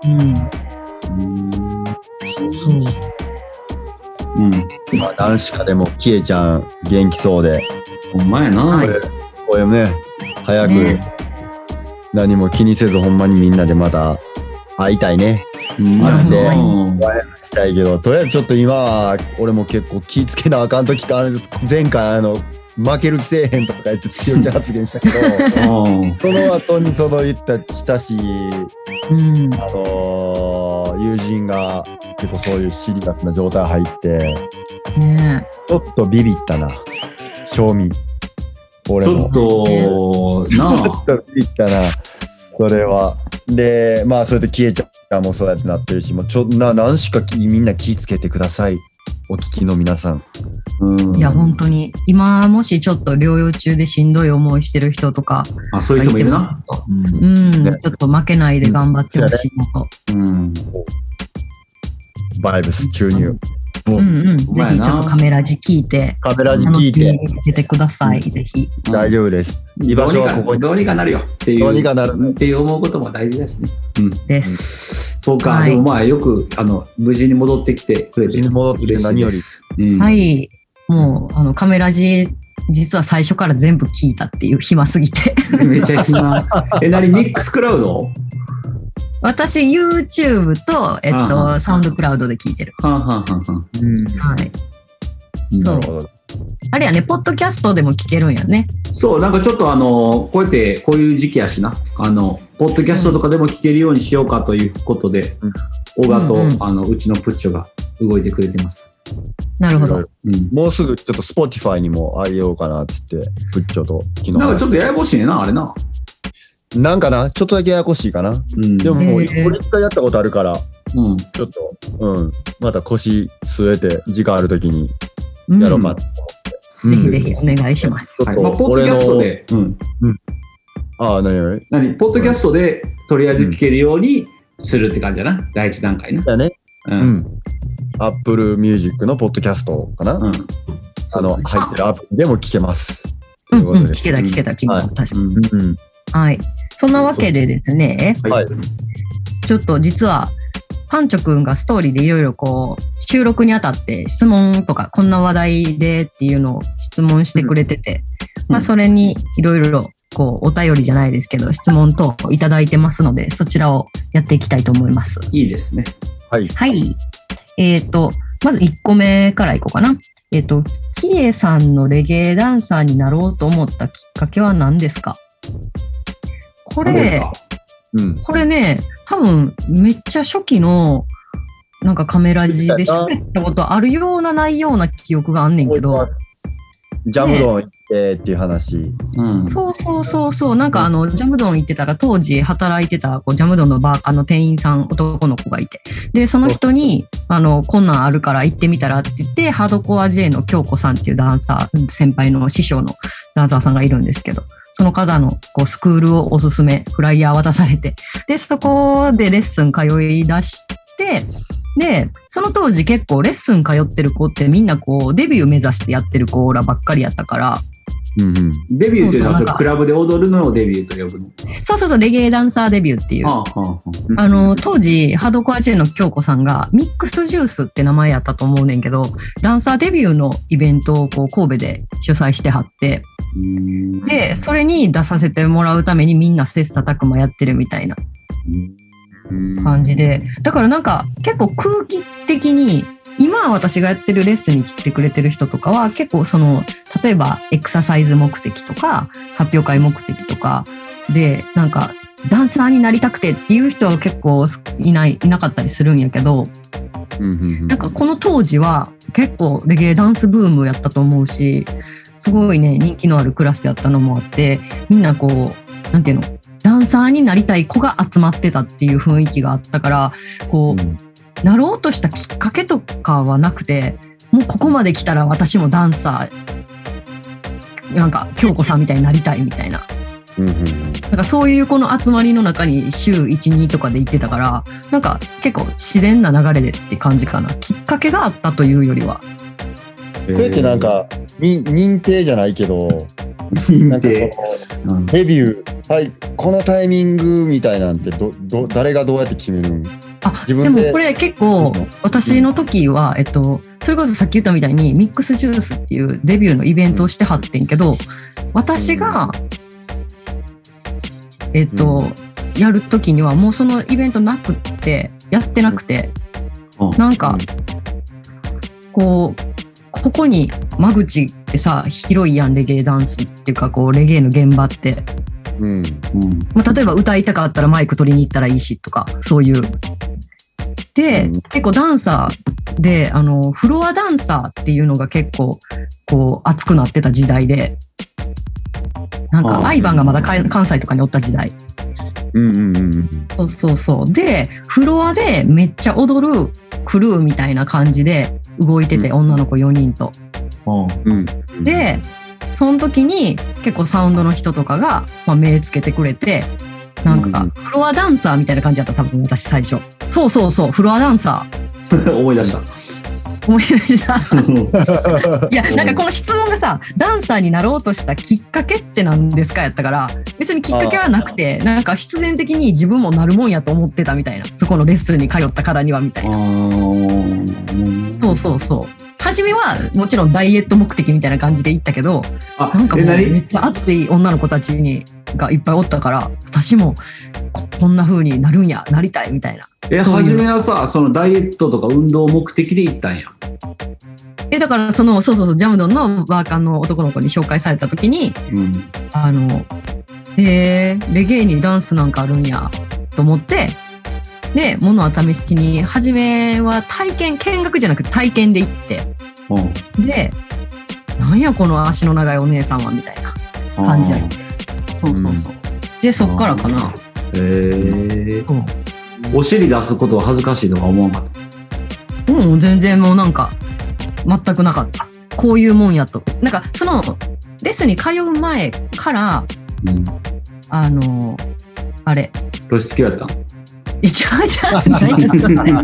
そうそう。 うん。まあ男子かでもキエちゃん元気そうで。 ほんまやな。はい、 これもね、早く、ね、何も気にせずほんまにみんなでまた会いたいね。うん、なんでしたいけど、とりあえずちょっと今は俺も結構気ぃつけなあかんときか、前回あの負ける気せえへんとか言って強気発言したけどその後にその言った親しい、うん、あの友人が結構そういうシリアスな状態入ってねちょっとビビったな賞味俺ちょもっとなちょっとビビったなそれはでまあそれでキエちゃんもそうやってなってるしもうちょな何しかみんな気ぃつけてくださいお聞きの皆さん。 うんいや本当に今もしちょっと療養中でしんどい思いしてる人とかあそういう人もいるな。 うん、ね、ちょっと負けないで頑張ってほしいのと、 うん、 バイブス注入。 うんうん、ぜひちょっとカメラ字聞いてカメラ字聞いて見つけてください、ぜひ。 大丈夫です。居場所はここにどうにかなるよっていう。 どうにかなるっていう思うことも大事だしね。うん、 です。 そうか、はい、でもまあよくあの無事に戻ってきてくれて無事に戻ってきて何より、 うん、はい。もうあのカメラ字実は最初から全部聞いたっていう暇すぎて。 めちゃ暇。え、何ミックスクラウド？ 私 YouTube と、えっと、サウンドクラウドで聞いてる。 はんはんはんはん。 うん、はい。そう。あれやね、ポッドキャストでも聞けるんやね。 そう、なんかちょっとあの、こうやってこういう時期やしな、あの、ポッドキャストとかでも聞けるようにしようかということで、オガと、うんうん、あの、うちのプッチョが動いてくれてます。 なるほど。うん、 もうすぐちょっと Spotify にもあげようかなって言って、プッチョと昨日。 なんかちょっとややこしいねな、あれな。 なんかなちょっとだけややこしいかな、うん、でももう俺一回やったことあるから、うん、ちょっと、うん、また腰据えて時間あるときにやろうかと思って、 うん、ぜひぜひお願いします、 はいまあ、ポッドキャストで、うんうん、ああ何何何ポッドキャストでとりあえず聞けるようにするって感じだな、うん、第一段階なだね、うんうん、Apple Music のポッドキャストかな、うん、あの入ってるアプリでも聞けます、 うんうん、聞けた聞けた聞けた、はい、確かに、うんうんはい。そんなわけでですね、はい、ちょっと実はパンチョくんがストーリーでいろいろこう収録にあたって質問とかこんな話題でっていうのを質問してくれてて、うん、まあそれにいろいろこうお便りじゃないですけど質問等いただいてますのでそちらをやっていきたいと思います。 いいですね。 はい。 はい。えっとまずいっこめからいこうかな。えっとキエさんのレゲエダンサーになろうと思ったきっかけは何ですか？これ、うん、これね、多分めっちゃ初期のなんかカメラ字で喋ったことあるようなないような記憶があんねんけど、 ジャムドン行ってっていう話、ねうん、そうそうそうそうなんかあのジャムドン行ってたら当時働いてたこうジャムドンのバーカーの店員さん男の子がいてでその人にあのこんなんあるから行ってみたらって言ってハードコア J の京子さんっていうダンサー先輩の師匠のダンサーさんがいるんですけどその方のこうスクールをおすすめフライヤー渡されてでそこでレッスン通い出してでその当時結構レッスン通ってる子ってみんなこうデビュー目指してやってる子らばっかりやったから、 うんうん、デビューっていうのはそれクラブで踊るのをデビューと呼ぶのそうそうそうレゲエダンサーデビューっていう、はあはあ、あの当時ハードコア J の京子さんがミックスジュースって名前やったと思うねんけどダンサーデビューのイベントをこう神戸で主催してはってでそれに出させてもらうためにみんな切磋琢磨やってるみたいな感じでだからなんか結構空気的に今私がやってるレッスンに来てくれてる人とかは結構その例えばエクササイズ目的とか発表会目的とかでなんかダンサーになりたくてっていう人は結構いないいなかったりするんやけどなんかこの当時は結構レゲエダンスブームやったと思うしすごいね人気のあるクラスやったのもあってみんなこうなんていうのダンサーになりたい子が集まってたっていう雰囲気があったからこう、うん、なろうとしたきっかけとかはなくてもうここまで来たら私もダンサーなんか京子さんみたいになりたいみたいな、うんうん、なんかそういうこの集まりの中に週いち、にとかで行ってたからなんか結構自然な流れでって感じかなきっかけがあったというよりはそれってなんか認定じゃないけど認定うん、レビューはいこのタイミングみたいなんてどど誰がどうやって決めるんあ自分ででもこれ結構私の時は、えっと、それこそさっき言ったみたいにミックスジュースっていうデビューのイベントをしてはってんけど私が、うん、えっと、うん、やる時にはもうそのイベントなくってやってなくて、うん、なんか、うん、こうここに間口ってさ広いやんレゲエダンスっていうかこうレゲエの現場って、うんうんまあ、例えば歌いたかったらマイク取りに行ったらいいしとかそういうで、 うん結構ダンサーであのフロアダンサーっていうのが結構こう熱くなってた時代で、なんああかアイバンがまだか関西とかにおった時代。 うんうんうんそうそうそうでフロアでめっちゃ踊るクルーみたいな感じで動いてて、 うん女の子よにんと。 うんうん。 でその時に結構サウンドの人とかが、まあ、目つけてくれて、なんかうんフロアダンサーみたいな感じだった多分私最初。そうそうそうフロアダンサー思い出した。 思い出したいやなんかこの質問がさ、ダンサーになろうとしたきっかけって何ですかやったから、別にきっかけはなくて、なんか必然的に自分もなるもんやと思ってたみたいな、そこのレッスンに通ったからにはみたいあな。 ーそうそうそう初めはもちろんダイエット目的みたいな感じで行ったけど、 あなんかもうえ何めっちゃ熱い女の子たちにがいっぱいおったから、私もここんな風になるんや、なりたいみたいな。 えそういう初めはさ、そのダイエットとか運動目的で行ったんや。 えだからそのそうそうそうジャムドンのワーカーの男の子に紹介された時に、 うん。 あのえー、レゲエにダンスなんかあるんやと思って、で物は試しに初めは体験見学じゃなくて体験で行って、 うん。 でなんやこの足の長いお姉さんはみたいな感じやって。そうそうそう、でそっからかな。 へえ。 そうお尻出すことは恥ずかしいとか思わなかった。 うん全然もうなんか全くなかった。こういうもんやと。なんかそのレッスンに通う前からうん。 あのあれ露出系やったん。 えちゃうちゃう何やったかな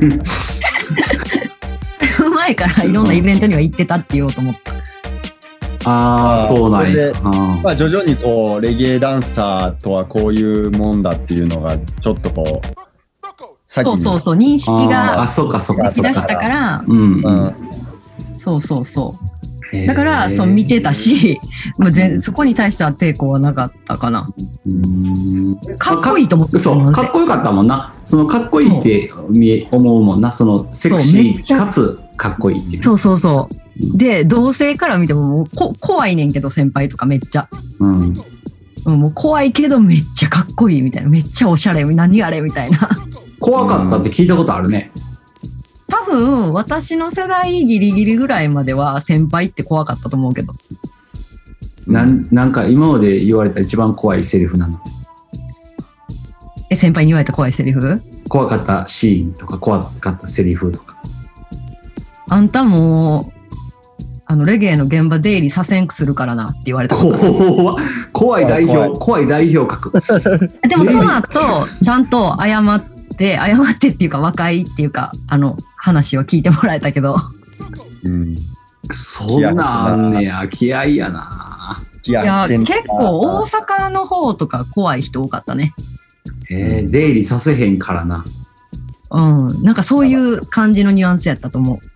前からいろんなイベントには行ってたって言おうと思った。 ああ、そうなんや。 それであまあ徐々にこうレゲエダンサーとはこういうもんだっていうのがちょっとこう先にそうそうそう認識あーがあ、そうかそうかそうか。 出し出したから、 うん。 うんそうそうそうへーだからそう見てたし、もう全そこに対しては抵抗はなかったかな。 うんかっこいいと思ってたそうなんせかっこよかったもんな。そのかっこいいって見え思うもんな。そのセクシそうめっちゃーかつかっこいいっていう。 そうそうそうで同性から見てももうこ怖いねんけど先輩とかめっちゃうん。 うんもう怖いけどめっちゃかっこいいみたいな、めっちゃおしゃれ何あれみたいな。 怖かったって聞いたことあるね。 多分私の世代ギリギリぐらいまでは先輩って怖かったと思うけど。 なんなんか今まで言われた一番怖いセリフなの。 え先輩に言われた怖いセリフ？ 怖かったシーンとか怖かったセリフとか。 あんたもうあのレゲエの現場出入りさせんくするからなって言われたこと。 怖怖い代怖い表怖い代表格。 でもその後ちゃんと謝って謝ってっていうか和解っていうかあの話を聞いてもらえたけど。 うんそんなんあんねや。気合いやな。 いいやで結構大阪の方とか怖い人多かったね。 えー、出入りさせへんからな。 うんなんかそういう感じのニュアンスやったと思う。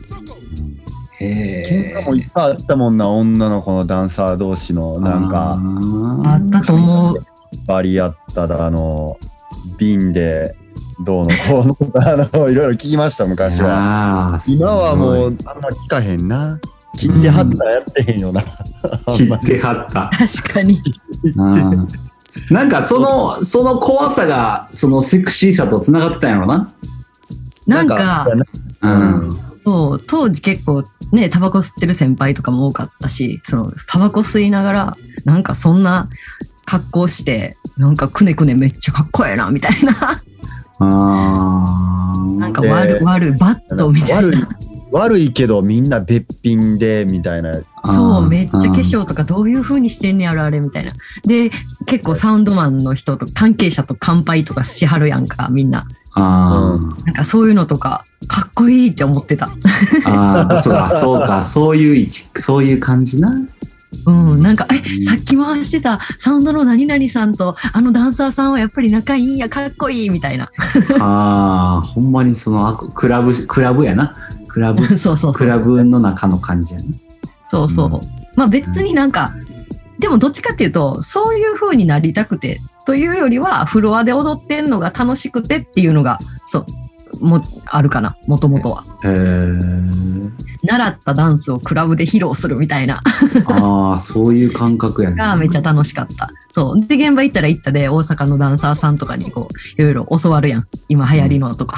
へ喧嘩もいっぱいあったもんな、女の子のダンサー同士のなんかあったと思う。 バリ合っただあの瓶でどうのこうのとかあのいろいろ聞きました昔は。今はもうあんま聞かへんな。切ってはったらやってへんよな。 切ってはった。 確かに。 うんなんかそのその怖さがそのセクシーさとつながってたんやろな。 なんかうん。 そう当時結構ねタバコ吸ってる先輩とかも多かったし、そのタバコ吸いながらなんかそんな格好してなんかくねくねめっちゃかっこええなみたいな。 あーなんか悪い悪いバットみたいな。 悪い悪いけどみんなべっぴんでみたいな。 そうめっちゃ化粧とかどういう風にしてんねやろあれみたいな。で結構サウンドマンの人と関係者と乾杯とかしはるやんかみんな。 あなんかそういうのとかかっこいいって思ってた。 ああそうかそうかそういう位置そういう感じな。 うんなんかえさっき回してたサウンドの何々さんとあのダンサーさんはやっぱり仲いいんやかっこいいみたいな。 ああほんまにそのあクラブクラブやなクラブそうそうそうクラブの中の感じやな。 そうそう、うん、まあ別になんかでもどっちかっていうとそういう風になりたくてというよりはフロアで踊ってんのが楽しくてっていうのがそうもあるかなもともとは。 へー習ったダンスをクラブで披露するみたいなああそういう感覚やね。 がめっちゃ楽しかった。そうで現場行ったら行ったで大阪のダンサーさんとかにこういろいろ教わるやん今流行りのとか、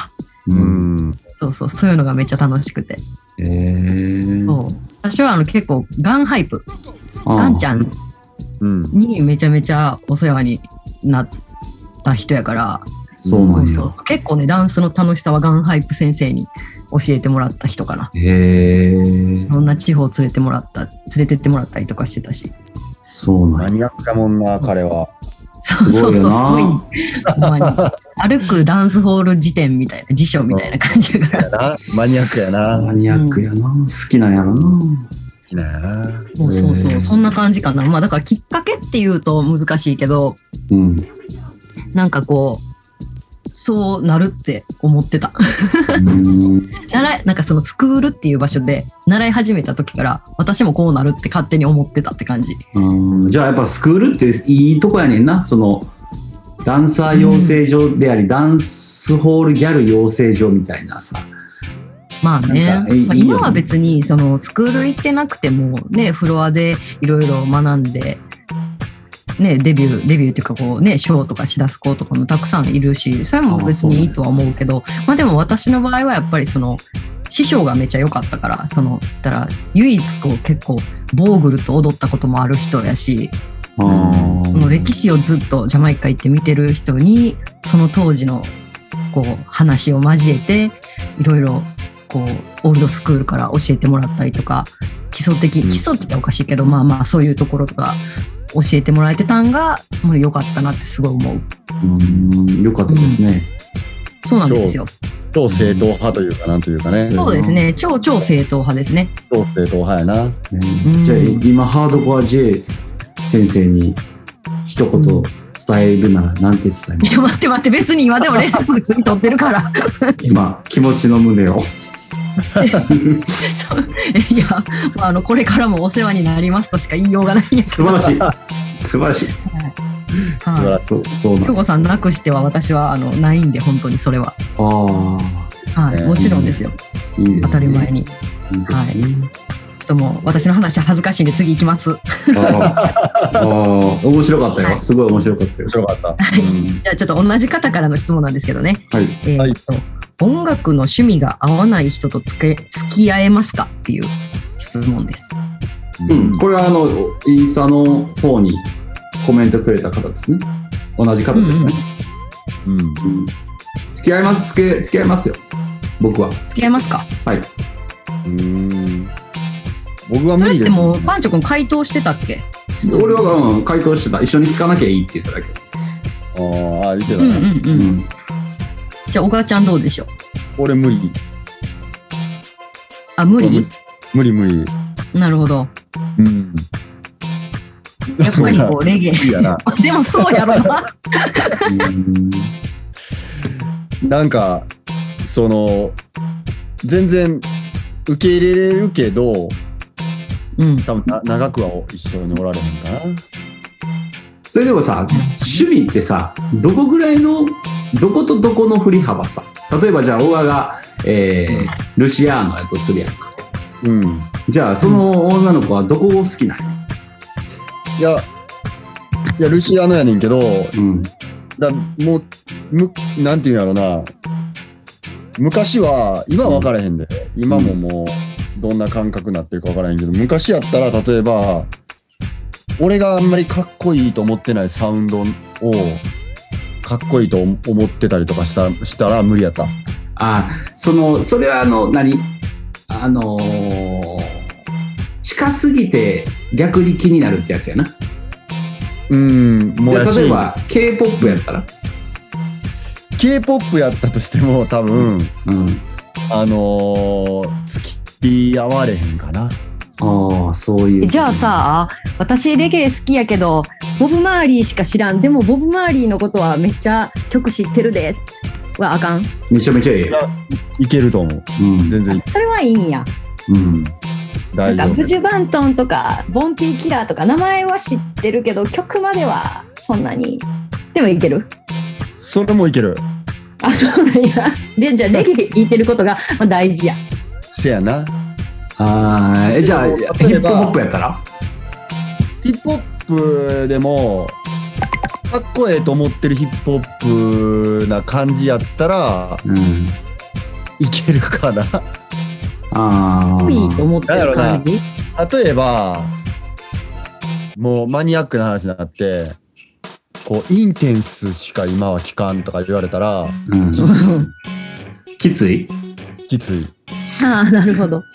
うん。 そうそう、そういうのがめっちゃ楽しくて。 えー、 そう。私はあの結構ガンハイプ、ガンちゃんにめちゃめちゃお世話になった人やから、 そうなんや。 結構ね、ダンスの楽しさはガンハイプ先生に教えてもらった人かな。 へー。 いろんな地方連れてもらった、連れてってもらったりとかしてたし。 そうなんや。 マニアックだもんな、彼は。 そうそうそう、すごい。ほんまに歩くダンスホール辞典みたいな、辞書みたいな感じやから。 マニアックやな。 マニアックやな。好きなんやろな。好きなんやな。 そうそうそう、そんな感じかな。まあだからきっかけっていうと難しいけど、 うん、 なんかこう、そうなるって思ってた。習いなんかそのスクールっていう場所で習い始めた時から私もこうなるって勝手に思ってたって感じ。 うん、じゃあやっぱスクールっていいとこやねんな。そのダンサー養成所であり、うん、ダンスホールギャル養成所みたいなさ。 まあね、まあ、今は別にそのスクール行ってなくてもね、フロアでいろいろ学んでね、デビューデビューっていうかこうね、ショーとかしだす子とかもたくさんいるし、それも別にいいとは思うけど、まあでも私の場合はやっぱりその師匠がめっちゃ良かったから、そのだから唯一こう結構ボーグルと踊ったこともある人やし、 あこの歴史をずっとジャマイカ行って見てる人にその当時のこう話を交えていろいろこうオールドスクールから教えてもらったりとか、基礎的基礎って言ったらおかしいけど、まあまあそういうところとか教えてもらえてたんがもう良かったなってすごい思う。 うーん、良かったですね、 うん、そうなんですよ。 超正統派というかなんというかね。 そうですね、超超正統派ですね。 超正統派やな、 うん、じゃあ今ハードコア J 先生に一言伝えるなら何て伝えます？ いや待って待って、別に今でも連絡普通に取ってるから今気持ちの胸をいや、まあ、あのこれからもお世話になりますとしか言いようがないんやけど。 素晴らしい素晴らしい、 はいはい、 そうそうなん。 京子さんなくしては私はあのないんで、本当にそれは。 ああ、 はい、もちろんですよ。 いいですね、 当たり前に。いいですね、はい。ちょっともう私の話恥ずかしいんで次行きます。 ああ、面白かったよ、はい、すごい面白かったよ。 面白かった。 はい、うん、じゃあちょっと同じ方からの質問なんですけどね。 はい。 えー、っと、はい、音楽の趣味が合わない人とつけ付き合えますかっていう質問です。 うん、これはあのインスタの方にコメントくれた方ですね。同じ方ですね。 うんうんうん、 付き合います、付け付き合いますよ。僕は。 付き合いますか。 はい。 うーん。僕は無理です、ね。 それってもうパンチョ君回答してたっけ？ 俺は、うん、回答してた。一緒に聞かなきゃいいって言っただけ。 ああ、言ってたね。 うんうんうんうん、じゃあお母ちゃんどうでしょう？ 俺無理。 あ、無理？ 無理無理。 なるほど。 うん。 やっぱりこうレゲエ。 いいやなでもそうやろな。 なんかその全然受け入れれるけど、うん、多分な長くは一緒におられへんかな。 それでもさ、趣味ってさ、どこぐらいのどことどこの振り幅さ。例えばじゃあ小川が、えー、ルシアーノやとするやんか。 うん。 じゃあその女の子はどこを好きなんや？ いやいやルシアーノやねんけど、うん、だもうむなんていうんやろな。昔は今は分からへんで、うん、今ももうどんな感覚になってるか分からへんけど、昔やったら例えば俺があんまりかっこいいと思ってないサウンドをかっこいいと思ってたりとかしたら、したら無理やった。 ああ、そのそれはあの何あのー、近すぎて逆に気になるってやつやな。 うん、もうやし、 例えば K-ポップ やったら K-ポップ やったとしても多分、うん、あのー、付き合われへんかな。 ああ、そういう。 じゃあさ、私レゲエ好きやけどボブ・マーリーしか知らん、でもボブ・マーリーのことはめっちゃ曲知ってるではあかん？ めちゃめちゃええ。 いけると思う、うん、全然。 それはいいんや。 うん、 なんかブジュバントンとかボンピーキラーとか名前は知ってるけど曲まではそんなに。でもいける？ それもいける。 あ、そうなんや。で、じゃあレゲエ聴いてることが大事や。 せやな。 あー、え、じゃあヒップホップやったら？ ヒップホップでもかっこええと思ってるヒップホップな感じやったら、うん、 いけるかな。 ああ。 いいと思ってる感じ。 例えばもうマニアックな話になってこうインテンスしか今は聞かんとか言われたら、 うん、きついきつい。 ああなるほど。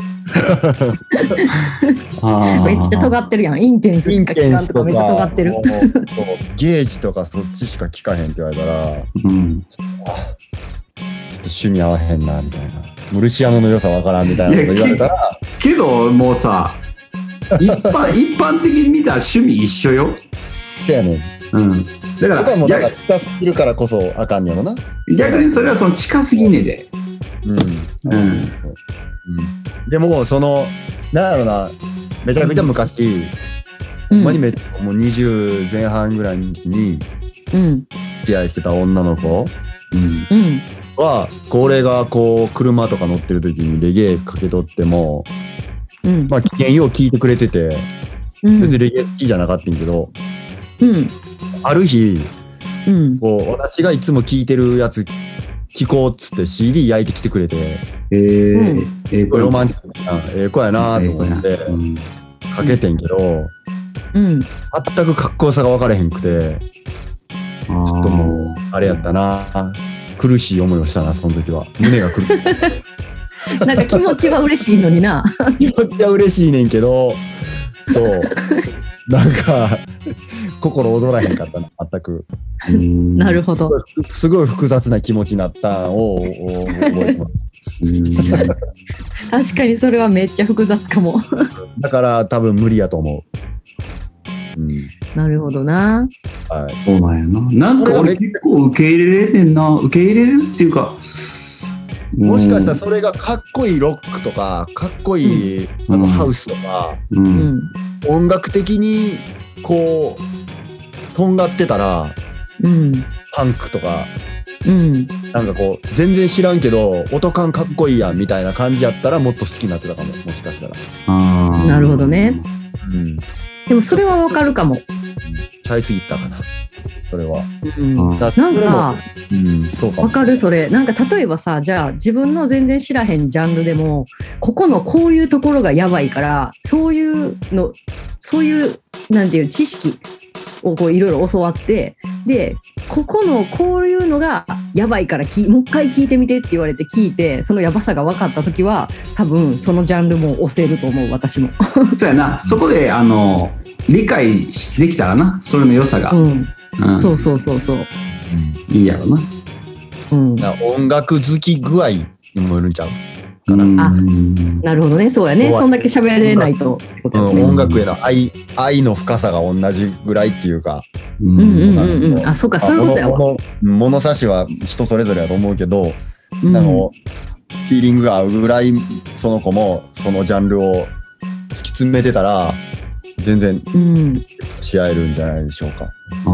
あめっちゃ尖ってるやん。インテンスしか聞かんとかめっちゃ尖ってる。 ゲージとかそっちしか聞かへんって言われたら、うん、ちょっと趣味合わへんなみたいな。ムルシアノの良さわからんみたいなこと言われたら。 けどもうさ一般一般的に見たら趣味一緒よ。 せやねん。 うん。だから僕はもうだから近すぎるからこそあかんねやろな。 逆にそれはその近すぎねで。 うん。うん。うん。でもそのなんやろな、めちゃくちゃ昔、ほんまにめもうにじゅう前半ぐらいに付き合いしてた女の子は、これがこう車とか乗ってる時にレゲエかけとっても、うん、まあ機嫌よう聞いてくれてて、うん、別にレゲエ好きじゃなかったんけど、うん、ある日、うん、こう私がいつも聞いてるやつ聞こうっつって シーディー 焼いてきてくれて、えー、えー、ロマンティックなええ子やなと思って、うん、かけてんけど、うん、全くかっこよさが分からへんくて、ちょっともうあれやったな、苦しい思いをしたな、その時は。胸が苦しい。 なんか気持ちは嬉しいのにな。 気持ちは嬉しいねんけど、そうなんか心躍らへんかったな、全く。 なるほど。 すごい複雑な気持ちになったのを覚えてます。 確かにそれはめっちゃ複雑かも。 だから多分無理やと思う。うん、 なるほどな。 はい、そうなんやな。なんか俺結構受け入れれねんな。受け入れるっていうか、 もしかしたらそれがかっこいいロックとかかっこいい、うん、あのハウスとか、うん、音楽的にこうとんがってたら、うん、パンクとか、うん、なんかこう全然知らんけど音感かっこいいやんみたいな感じやったらもっと好きになってたかも、もしかしたら。 あ、なるほどね。うん、でもそれはわかるかも。 ちゃいすぎたかな、それは。 うん、なんか、うん、そうかわかるそれ。なんか例えばさ、じゃあ自分の全然知らへんジャンルでもここのこういうところがやばいから、そういうのそういうなんていう知識をこういろいろ教わって、でここのこういうのがやばいからきもう一回聞いてみてって言われて聞いて、そのやばさが分かった時は多分そのジャンルも押せると思う、私も。 そうやな、そこであの理解できたらな、それの良さが、うんうん、そうそうそうそう、 うん、いいやろな、 うん、音楽好き具合にもよるんちゃうかな。 あ、なるほどね、そうやね、そんだけ喋れないとってことやね、 うん、音楽への 愛, 愛の深さが同じぐらいっていうか、 うんうんうんうん、あ、そうか、そういうことやわ。 物差しは人それぞれだと思うけど、うん、あのフィーリングが合うぐらいその子もそのジャンルを突き詰めてたら全然し合えるんじゃないでしょうか。 うん、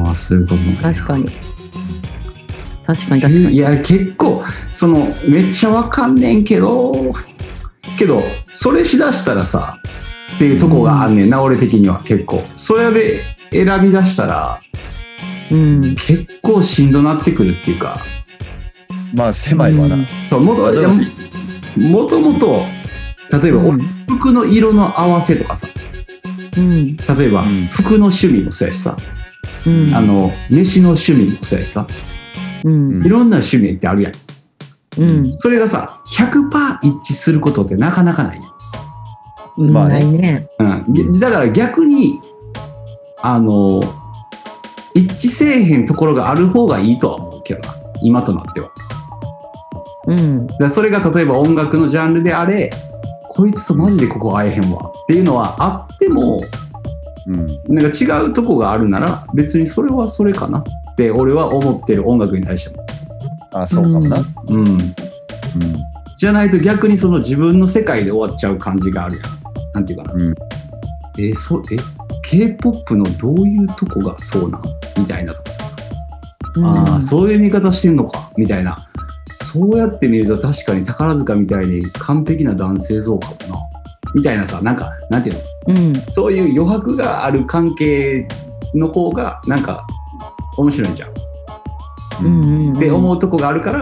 ああ、そういうことね。 確かに確かに確かに。 いや結構そのめっちゃわかんねんけどけどそれしだしたらさっていうとこがあんねんな、うん、俺的には結構それで選び出したら、うん、結構しんどなってくるっていうか、 まあ狭いわな、うん、 そうもともともと例えば、うん、服の色の合わせとかさ、うん、例えば、うん、服の趣味もそうやしさ、うん、あの飯の趣味もそうやしさ、うん、いろんな趣味ってあるやん、うん、それがさ ひゃくパーセント 一致することってなかなかない、 うん、まあね、 うん、だから逆にあの一致せえへんところがある方がいいとは思うけどな、今となっては、うん、だからそれが例えば音楽のジャンルであれ、こいつとマジでここ合えへんわっていうのはあっても、うん、なんか違うとこがあるなら別にそれはそれかなって俺は思ってる、音楽に対しても。 あ、そうかもな、うんうん、 じゃないと逆にその自分の世界で終わっちゃう感じがあるやん。なんていうかな、うん、えそえ K-ポップ のどういうとこがそうなんみたいなとかさ、うん、ああそういう見方してんのかみたいな、そうやって見ると確かに宝塚みたいに完璧な男性像かもなみたいなさ、なんかなんていうの、うん、そういう余白がある関係の方がなんか面白いんじゃん、うんうんうん、って思うとこがあるから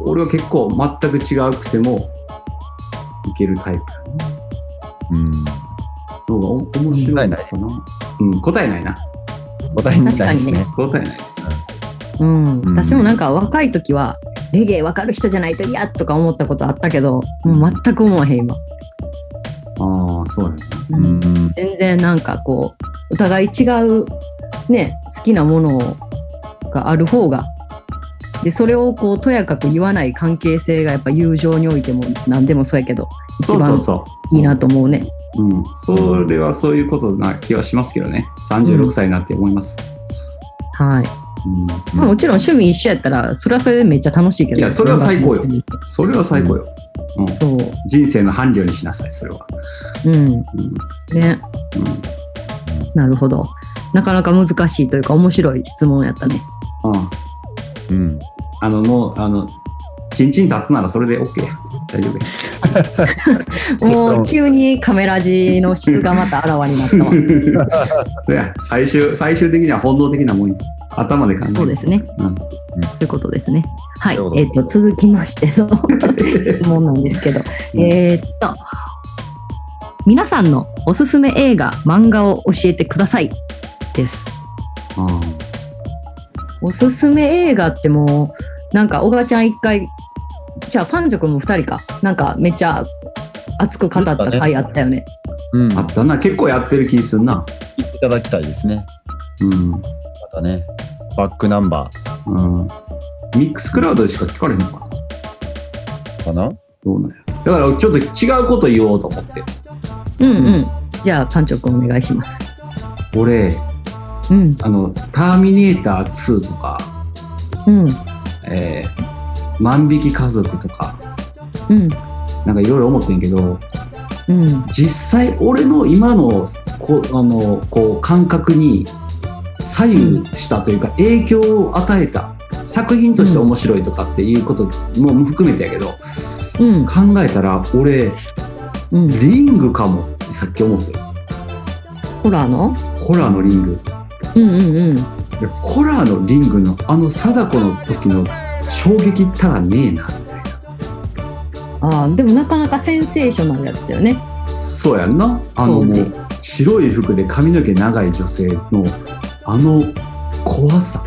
俺は結構全く違うくてもいけるタイプ。 うんのがお面白いのかな。うん、答えないな。 答えないですね。 答えないです。 うん、私もなんか若い時はレゲエ分かる人じゃないと嫌とか思ったことあったけど、もう全く思わへん今。 ああ、そうなんですね。 うん、全然なんかこうお互い違うね好きなものがある方がで、それをこうとやかく言わない関係性がやっぱ友情においても何でもそうやけど一番いいなと思うね。 うん、それはそういうことな気はしますけどね。さんじゅうろくさいになって思います。 うん、はい。うんまあ、もちろん趣味一緒やったらそれはそれでめっちゃ楽しいけど、 いやそれは最高よ。それは最高よ。うん、 そう人生の伴侶にしなさいそれは。 うん、うん、ね、うん。なるほど。なかなか難しいというか面白い質問やったね。 うん。うん。あのもうあのチンチン出すならそれで OK や。大丈夫や。もう急にカメラ字の質がまたあらわになったわ。 そや最終最終的には本能的なもん。頭で考える。 そうですね。うん、ということですね。はい。えっ、ー、と続きましての質問なんですけど、うん、えっと皆さんのおすすめ映画漫画を教えてくださいです。あおすすめ映画ってもうなんか小川ちゃん一回じゃあパンチョ君も二人かなんかめっちゃ熱く語った回あったよね。 うん、あったな。結構やってる気すんな。 言っていただきたいですね。うん。またね。バックナンバー。 うん。ミックスクラウドでしか聞かれへんのかな。 かな？ どうなんや。だからちょっと違うこと言おうと思って。 うんうん。うん、じゃあパンチョ君お願いします。 俺、うん、あのターミネーターツーとか、うん、えー、万引き家族とか、うん、なんかいろいろ思ってんけど、うん、実際俺の今のこあのこう感覚に左右したというか、うん、影響を与えた作品として面白いとかっていうことも含めてやけど、うん、考えたら俺、うん、リングかもってさっき思ってる。 ホラーのホラーのリング、うんうんうん、でホラーのリングのあの貞子の時の衝撃ったらねえなみたいな。あでもなかなかセンセーショナルやったよね。 そうやんな。あのもう白い服で髪の毛長い女性のあの怖さ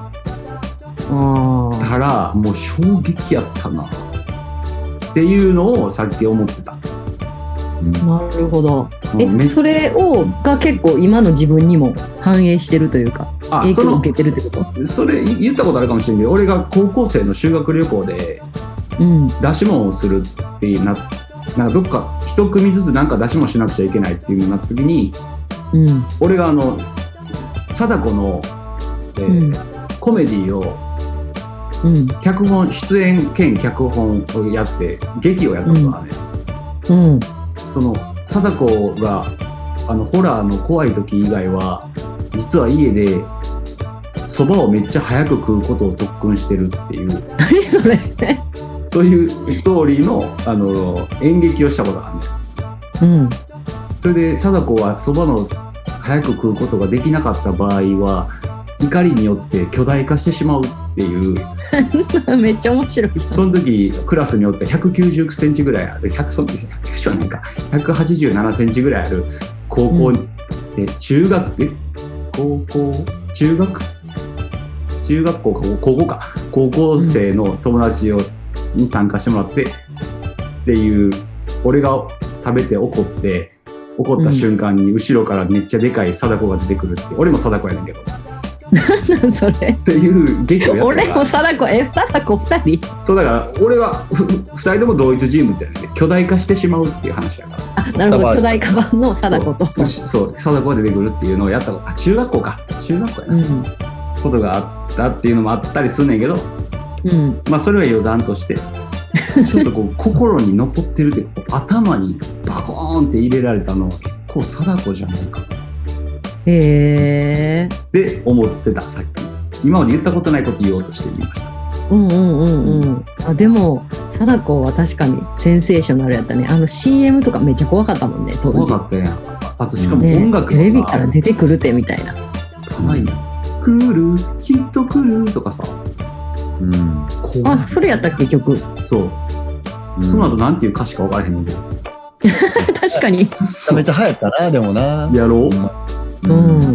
あたらもう衝撃やったなっていうのをさっき思ってた。 なるほど。え、それをが結構今の自分にも反映してるというか影響を受けてるってこと？ それ言ったことあるかもしれないけど、俺が高校生の修学旅行で出し物をするってな、なんかどっか一組ずつなんか出し物しなくちゃいけないっていうのになった時に、うん、俺があの貞子の、えーうん、コメディを、うん、脚本出演兼脚本をやって劇をやったことがね、うんうん、その貞子があのホラーの怖い時以外は実は家でそばをめっちゃ早く食うことを特訓してるっていう。 何それそういうストーリー の, あの演劇をしたことがあるんだよ、うん、それで貞子はそばの早く食うことができなかった場合は怒りによって巨大化してしまうっていうめっちゃ面白い。 その時クラスによってひゃくきゅうじゅっセンチぐらいあるひゃくその時ひゃくじゅうないかひゃくはちじゅうななセンチぐらいある高校に、うん、中学え高校中学中学校か高校か高校生の友達を、に参加してもらってっていう、俺が食べて怒って怒った瞬間に後ろからめっちゃでかい貞子が出てくるって、俺も貞子やねんけどなんそれっていう劇をやったから。 俺も貞子え貞子ふたりそうだから俺はふたりとも同一人物やねん。巨大化してしまうっていう話やから。 あなるほど、巨大化版の貞子とそう貞子が出てくるっていうのをやったこと、あ中学校か中学校やな、うん、ことがあったっていうのもあったりすんねんけど、うん、まあそれは余談としてちょっとこう心に残ってるというか頭にバコーンって入れられたのは結構貞子じゃないかなへーって思ってた。さっき今まで言ったことないこと言おうとして言いました。 うんうんうんうん。あでも貞子は確かにセンセーショナルやったね。あの シーエム とかめっちゃ怖かったもんね当時。 怖かったやん。 あ, あとしかも音楽もさ、 ね、テレビから出てくるてみたいな。 はい、来るきっと来るとかさ、 うん、 あ、それやったっけ曲。 そう、うん、その後なんていう歌詞か分からへんけど確かにめちゃめちゃ流行ったな、でもな。 やろう、 うん、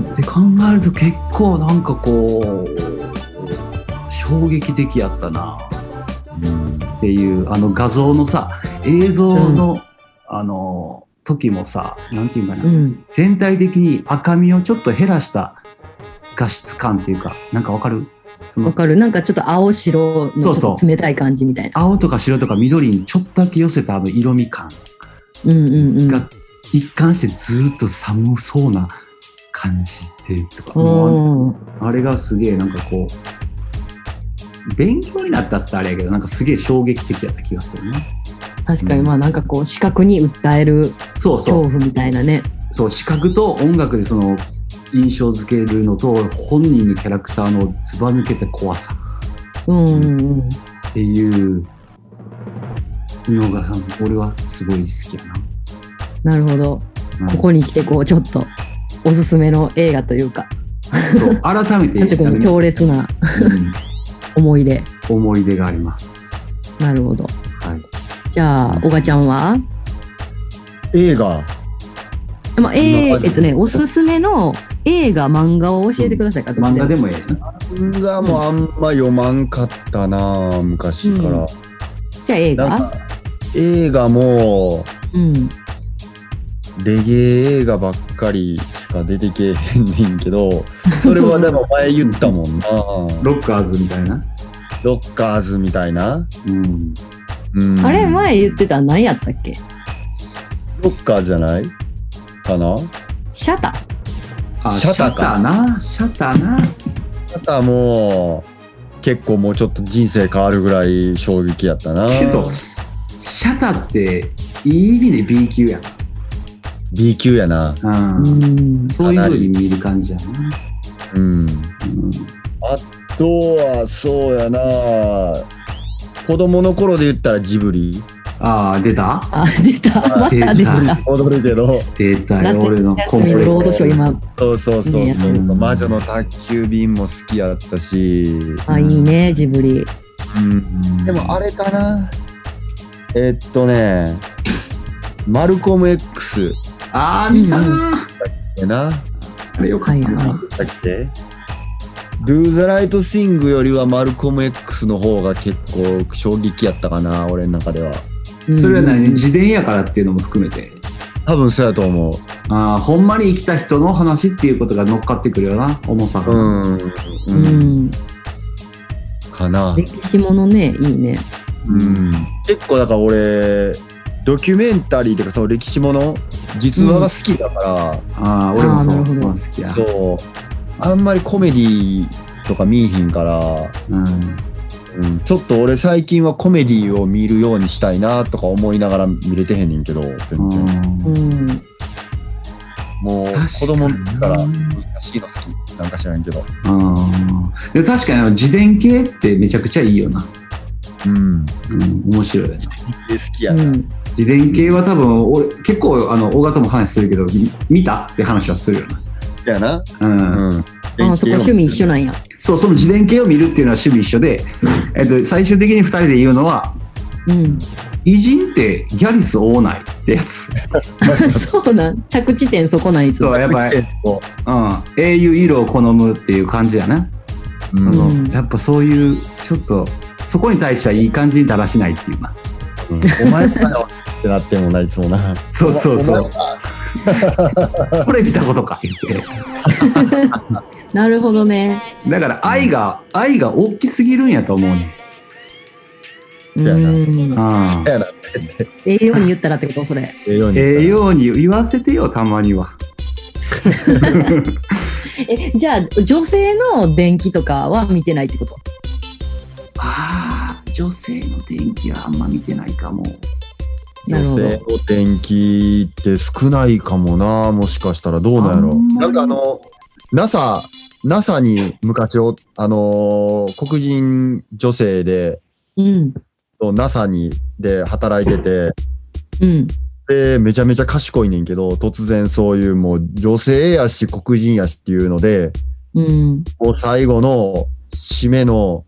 って考えると結構なんかこう衝撃的やったな、うん、っていうあの画像のさ、映像の、うん、あの時もさ、なんていうかな、うん、全体的に赤みをちょっと減らした画質感っていうか、なんかわかる？ わかる。なんかちょっと青白のちょっと冷たい感じみたいな。 そうそう、青とか白とか緑にちょっとだけ寄せたあの色味感が一貫してずっと寒そうな感じてるとか、もうあれがすげえなんかこう勉強になったってあれやけど、なんかすげえ衝撃的やった気がするね。 確かに、まあなんかこう視覚に訴える恐怖みたいなね。 そう、視覚と音楽でその印象づけるのと本人のキャラクターのずば抜けた怖さ、うんうんうん、っていうのが俺はすごい好きやな。なるほど、うん、ここに来てこうちょっとおすすめの映画というかそう改めて強烈な、うん、思い出思い出があります。 なるほど、 はい、 じゃあおがちゃんは映画、 まあ、えー、えっとねおすすめの映画漫画を教えてくださいか、 うん、漫画でもええな。 漫画もあんま読まんかったな昔から、うん、 じゃあ映画映画も、 うん、 レゲエ映画ばっかりしか出てけえへんねんけどそれはでも前言ったもんなロッカーズみたいなロッカーズみたいな、 うんうん、あれ前言ってた何やったっけ？ ロッカーじゃないかな。 シャタあシャタかなシャタなシャタも結構もうちょっと人生変わるぐらい衝撃やったな。 けどシャタっていい意味で B 級やん。 B 級やな、 うん、そういう風に見る感じやな、 うん、うん、あとはそうやな、子供の頃で言ったらジブリ。 ああ出たあ出たまた出た踊るけど出たよ俺のコンプレックス。 そうそうそうそう、うん、魔女の宅急便も好きやったし。 あいいねジブリ、 うん、でもあれかな、えー、っとねマルコム X。 あー見たな、 うん、なあれよかったな、はいはい、 だっけDo the Right Thing よりはマルコム X の方が結構衝撃やったかな俺の中では。 それは何、自伝やからっていうのも含めて？ 多分そうやと思う。 ああほんまに生きた人の話っていうことが乗っかってくるよな、重さが。うん、 うん、 かな。 歴史ものねいいね、 うん、結構だから俺ドキュメンタリーとかその歴史もの実話が好きだから、うん、 ああ俺もそう好きや。 そうあんまりコメディとか見えひんから、うんうん、ちょっと俺最近はコメディを見るようにしたいなとか思いながら見れてへんねんけど全然、うん、もう子供の時から難しいの好きなんか知らんけど、 うん、で確かに自伝系ってめちゃくちゃいいよな。うん、うん、面白いね。 好きやな、うん、 自伝系は多分俺結構あの大型も話するけど見たって話はするよな。 やな、 うんうん、あそこ趣味一緒なんや。 そう、その自伝系を見るっていうのは趣味一緒で、えっと、最終的にふたりで言うのは、うん、偉人ってギャリス多ないってやつそうなん、着地点そこないつそうやっぱり、うん、英雄色を好むっていう感じやな、うん、あのやっぱそういうちょっとそこに対してはいい感じにだらしないっていうな、 うん、お前かよってなってもないつもなそうそうそうこれ見たことか言ってなるほどね。 だから愛が愛が大きすぎるんやと思うね。 そうやな、うん、 ああええように言ったらってことそれ。 ええようにええように言わせてよたまにはえじゃあ女性の電気とかは見てないってこと？ ああ女性の電気はあんま見てないかも。 女性の電気って少ないかもな、もしかしたらどうなんやろ。なんかあの NASA NASA に昔おあのー、黒人女性で、うん、NASA にで働いてて、うん、でめちゃめちゃ賢いねんけど突然そういうもう女性やし黒人やしっていうので、うん、もう最後の締めの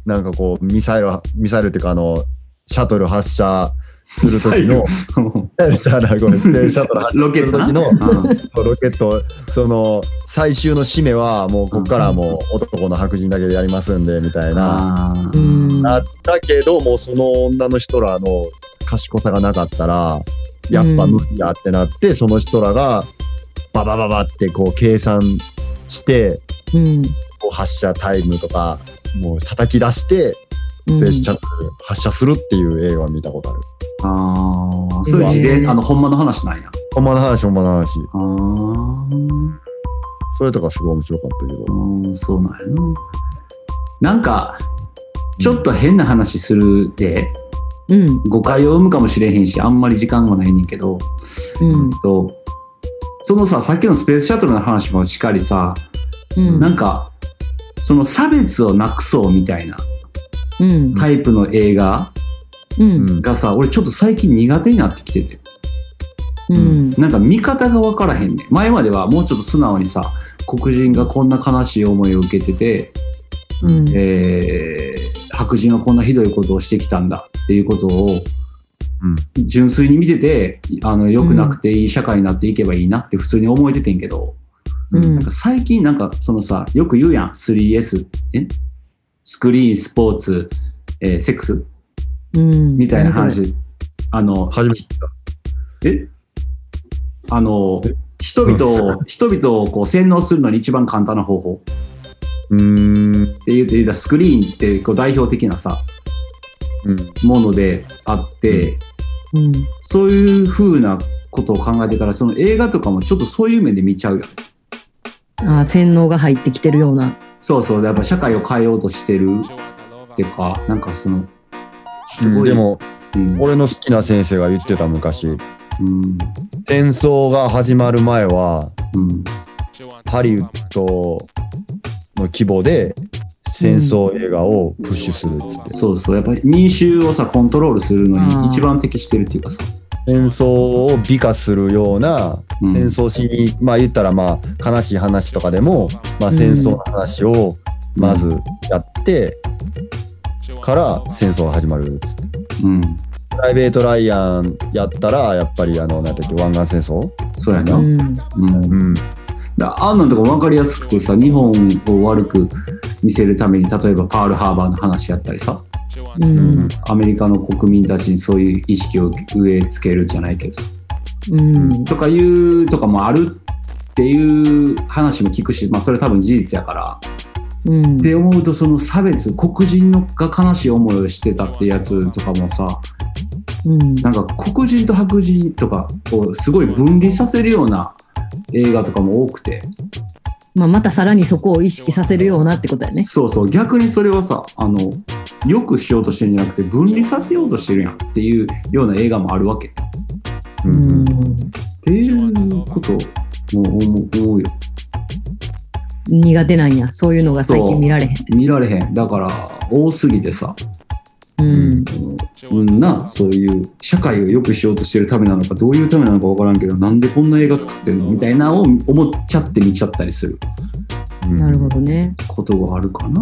なんかこうミサイルミサイルっていうかあのシャトル発射する時のじゃあごめんシャトル発射する時のロケットその最終の締めはもうここからもう男の白人だけでやりますんでみたいなあったけどもその女の人らの賢さがなかったらやっぱ無理だってなってその人らがババババってこう計算してこう発射タイムとかもう叩き出してスペースシャトル発射するっていう映画を見たことある。 ああ、そういう事例、あの、ほんまの話なんや。 ほんまの話、ほんまの話。 ああ。 それとかすごい面白かったけど。 うん、そうなんやな。なんか、ちょっと変な話するで、うん、誤解を生むかもしれへんし、あんまり時間もないねんけど、うん、とそのさ、さっきのスペースシャトルの話もしっかりさ、うん、なんか、その差別をなくそうみたいな、うん、タイプの映画がさ、うん、俺ちょっと最近苦手になってきてて、うん、なんか見方が分からへんね。前まではもうちょっと素直にさ、黒人がこんな悲しい思いを受けてて、うんえー、白人はこんなひどいことをしてきたんだっていうことを、うん、純粋に見てて、あの良くなくていい社会になっていけばいいなって普通に思えててんけど、うん、なんか最近なんかそのさ、よく言うやん スリーエス えスクリーン、スポーツ、えー、セックス、うん、みたいな話、あの、 初めて聞いた。えあの、人々を、人々をこう洗脳するのに一番簡単な方法。うーんって言ってたスクリーンってこう代表的なさ、うん、ものであって、うん、そういう風なことを考えてから、その映画とかもちょっとそういう面で見ちゃうやん。 ああ、洗脳が入ってきてるような。 そうそう、やっぱ社会を変えようとしてるっていうか、なんかそのすごい、うん、でも、うん、俺の好きな先生が言ってた昔、うん、戦争が始まる前は、うん、ハリウッドの規模で戦争映画をプッシュするっつって、うん、 そうそう、やっぱり民衆をさコントロールするのに一番適してるっていうかさ、 戦争を美化するような、うん、戦争しにまあ言ったらまあ悲しい話とかでも、まあ、戦争の話をまずやって、うん、から戦争が始まるっつって、うん、プライベート・ライアンやったらやっぱりあの何だっけ湾岸戦争そうやな、うんうんうん、だあんなんとか分かりやすくてさ、日本を悪く見せるために例えばパールハーバーの話やったりさ、うん、アメリカの国民たちにそういう意識を植え付けるじゃないけどさ、うん、とかいうとかもあるっていう話も聞くし、まあそれ多分事実やから、うん、って思うと、その差別、黒人のが悲しい思いをしてたってやつとかもさ、うん、なんか黒人と白人とかをすごい分離させるような映画とかも多くて、 まあ、またさらにそこを意識させるようなってことだよね。 そうそう、逆にそれはさ、あのよくしようとしてるんじゃなくて分離させようとしてるやんっていうような映画もあるわけ、うん、っていうことも思うよ。 苦手なんや、そういうのが最近見られへん。 見られへん、だから多すぎてさ、うんうん、な、そういう社会を良くしようとしてるためなのかどういうためなのか分からんけど、なんでこんな映画作ってるのみたいなのを思っちゃって見ちゃったりする、 うん、なるほどね、 ことがあるかな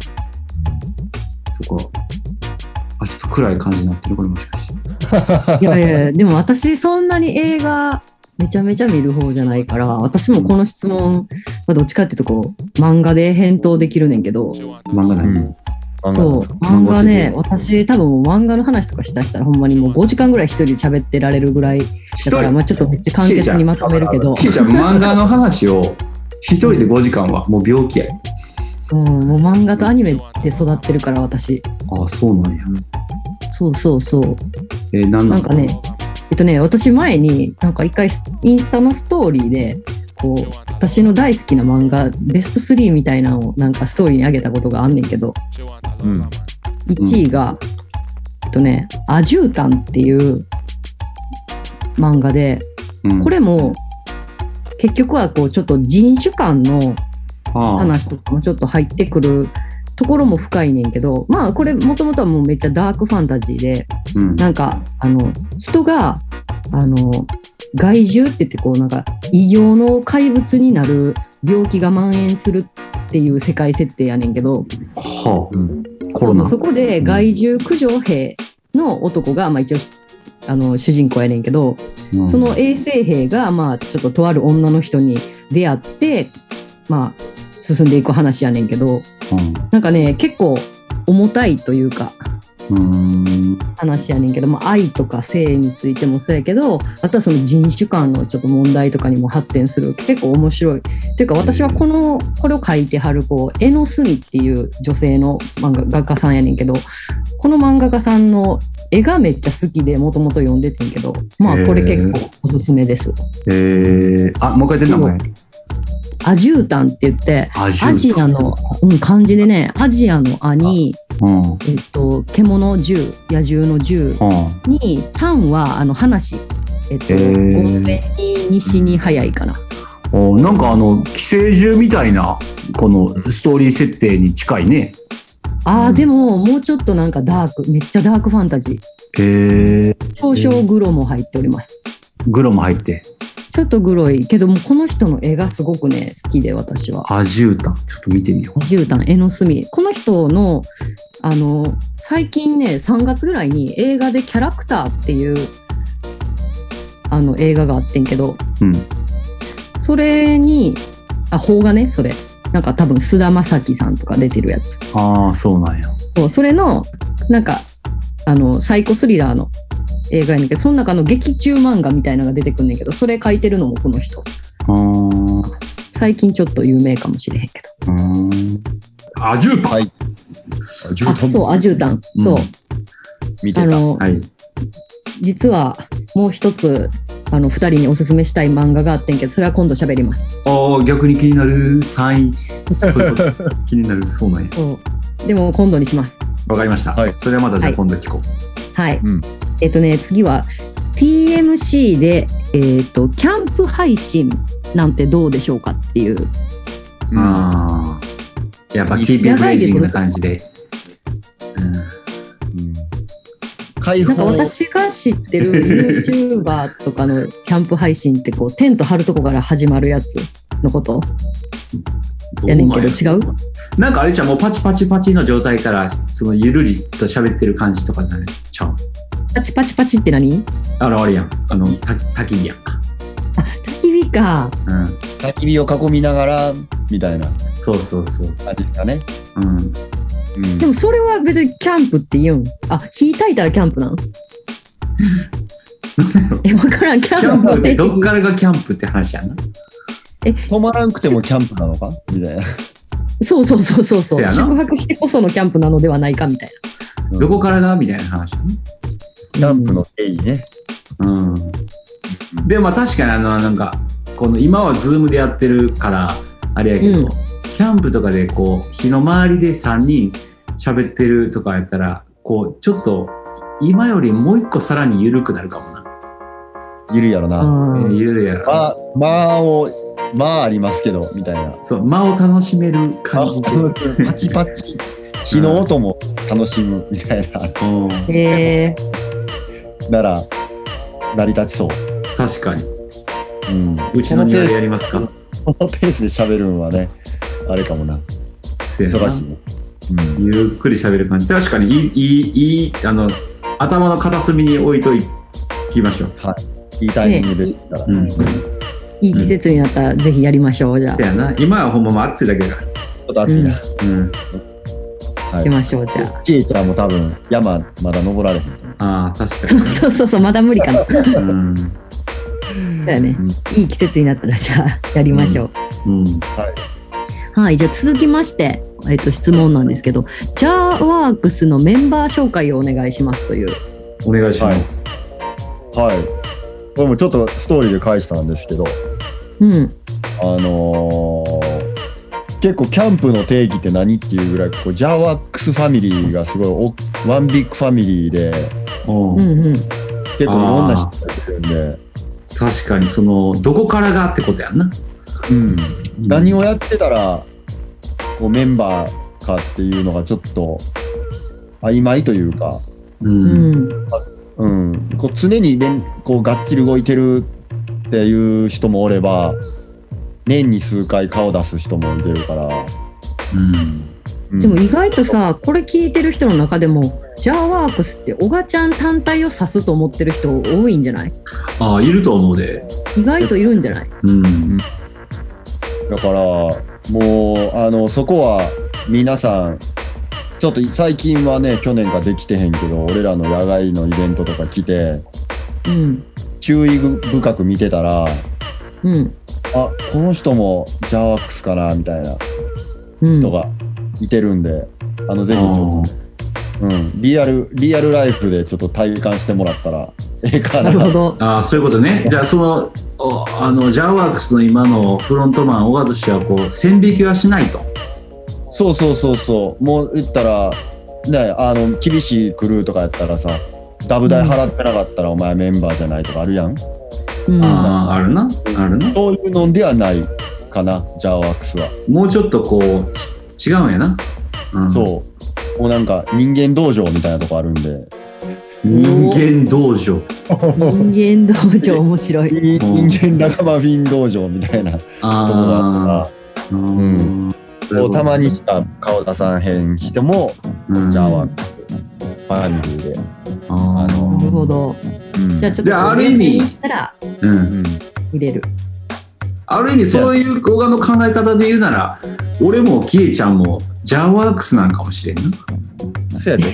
とか。あ、ちょっと暗い感じになってるこれもしかして。 いやいやでも私そんなに映画めちゃめちゃ見る方じゃないから、私もこの質問はどっちかっていうとこう漫画で返答できるねんけど。 漫画ない、うん、 そう漫画ね、私多分漫画の話とかしだしたらほんまにもうごじかんぐらい一人で喋ってられるぐらいだから、まあちょっとめっちゃ簡潔にまとめるけど、 キーちゃん漫画の話を一人でごじかんはもう病気や。 うん、もう漫画とアニメで育ってるから私。 ああ、そうなんや。 そうそうそう。 えー、なんなんかね、えっとね、私前になんか一回インスタのストーリーでこう私の大好きな漫画ベストスリーみたいなのをなんかストーリーに上げたことがあんねんけど、うん、いちいが、うん、えっとねアジュータンっていう漫画で、うん、これも結局はこうちょっと人種間の話とかもちょっと入ってくるところも深いねんけど、まあこれもともとはもうめっちゃダークファンタジーで、うん、なんかあの人があの害獣って言ってこうなんか異形の怪物になる病気が蔓延するっていう世界設定やねんけど、はあ、うん、 コロナ。 そうそうそこで害獣駆除兵の男が、まあ、一応あの主人公やねんけど、うん、その衛生兵が、まあ、ちょっととある女の人に出会って、まあ、進んでいく話やねんけど、うん、なんかね結構重たいというかうん話やねんけど、まあ、愛とか性についてもそうやけど、あとはその人種間のちょっと問題とかにも発展する結構面白いっていうか、私はこのこれを書いてはるこう江野澄っていう女性の漫画家さんやねんけど、この漫画家さんの絵がめっちゃ好きでもともと読んでてんけど、まあこれ結構おすすめです。 えー、あもう一回出た名前アジュータンって言ってアジアの、うん、漢字でねアジアの「ア」に、うんえっと、獣獣野獣の獣に「タン」はあの話、えっと、えー、ごめんに西に早いかな。 おなんかあの寄生獣みたいなこのストーリー設定に近いね。 あー、うん、でももうちょっとなんかダークめっちゃダークファンタジー。 へえ。 少々グロも入っております。 グロも入ってちょっとグロいけどもこの人の絵がすごくね好きで、私はアジュータンちょっと見てみよう。 アジュータン江野澄、この人のあの最近ねさんがつぐらいに映画でキャラクターっていうあの映画があってんけど、うん、それにあ邦画ね、それなんか多分菅田将暉さんとか出てるやつ。 ああそうなんや。 そうそれのなんかあのサイコスリラーの映画やねんけど、その中の劇中漫画みたいなのが出てくんねんけど、それ書いてるのもこの人。あ最近ちょっと有名かもしれへんけど。うんアジュータン、はい、 アジュータンあそうアジュータン、うん、そう見てた。 あの、はい、実はもう一つあのふたりにおすすめしたい漫画があってんけど、それは今度喋ります。 ああ逆に気になるさんいそういうこと気になるそうなんや。 そうでも今度にします。 わかりました、はい、それはまたじゃあ今度聞こう。はい、はいうんえっとね、次は ティーエムシー で、えー、とキャンプ配信なんてどうでしょうかっていう、 うん、あやっぱキーピングレイジングな感じで、うんうん、 なんか私が知ってる YouTuber とかのキャンプ配信ってこうテント張るとこから始まるやつのことやねんけど違う？ なんかあれじゃんもうパチパチパチの状態からそのゆるりと喋ってる感じとかになるちゃう？ パチパチパチって何？ あらあれやんあのた焚き火やんか。 あ焚き火か、 うん、焚き火を囲みながらみたいな。 そうそうそうあれだね、 うんうん、でもそれは別にキャンプって言うん？あ火焚いたらキャンプなんえ分からん。キャンプってどっからがキャンプって話やな。 え泊まらんくてもキャンプなのかみたいな。 そうそうそうそうそう宿泊してこそのキャンプなのではないかみたいな、 うん、どこからがみたいな話ね。 キャンプの定義ね。 うん。でも確かにあのなんかこの今はズームでやってるからあれやけど、うん、キャンプとかでこう火の周りでさんにん喋ってるとかやったらこうちょっと今よりもう一個さらに緩くなるかもな。 ゆるやろな。 えー、ゆるやろ。 まあ、まあをまあありますけどみたいな。 そう間を楽しめる感じで。 パチパチ火の音も楽しむみたいな。 へえ。 なら成り立ちそう。 確かに、うん、うちの庭でやりますか。 このペースで喋るのはねあれかもな。忙しいね、 うん、ゆっくり喋る感じ。確かにいいいいいいあの頭の片隅に置いときましょう。 はい、いいタイミングで言ったら、ねうん、 いい季節になったらぜひやりましょう。じゃあ。 そうやな。今はほんま暑いだけだから。ちょっと暑いな。うん。 はい、しましょうじゃあ。 ケイちゃんも多分山まだ登られへん。 ああ確かに。 そうそうそうまだ無理かな。うん。そうやね、うん。いい季節になったらじゃあやりましょう。うん。うん、はい。はいじゃあ続きましてえっと質問なんですけど、ジャーワークスのメンバー紹介をお願いしますという。 お願いします。 はい。はい、これもちょっとストーリーで返したんですけど、 うん。 あのー。結構キャンプの定義って何っていうぐらいこうジャーワックスファミリーがすごいおワンビッグファミリーで、うんうん、結構いろんな人がいるんで確かにそのどこからがってことやんな、 うん、何をやってたらこうメンバーかっていうのがちょっと曖昧というか、うんうん、こう常にこうがっちり動いてるっていう人もおれば年に数回顔出す人もいてるから、うん、 でも意外とさ、これ聞いてる人の中でもジャーワークスってオガちゃん単体を指すと思ってる人多いんじゃない？ ああ、いると思うで。 意外といるんじゃない？ うん。 だからもうあのそこは皆さんちょっと最近はね、去年かできてへんけど、俺らの野外のイベントとか来て、うん、注意深く見てたら、うん、あ、この人もジャーワックスかなみたいな人がいてるんで、うん、あのぜひちょっと、うん、リアルリアルライフでちょっと体感してもらったらええかな。 なるほど。 ああ、そういうことね。じゃあそのあのジャーワークスの今のフロントマン小川としてはこう線引きはしないと。 そうそうそうそう。もう言ったらね、あの厳しいクルーとかやったらさ、ダブ代払ってなかったらお前メンバーじゃないとかあるやん。 うん、ああ、あるな、あるな。 そういうのではないかな、ジャーワークスは。 もうちょっとこう違うんやな。 うん、そう。もうなんか人間道場みたいなとこあるんで。 人間道場。 人間道場面白い。 人間仲間フィン道場みたいなとこがあった。うん。もうたまにしか顔出さへん人も、うん、ジャーワークスファミリーで。 ああ、なるほど。うん、じゃあちょっとある意味したら入れる。 ある意味そういう小川の考え方で言うなら、俺もキエちゃんもジャーワークスなんかもしれんな。 そうやで。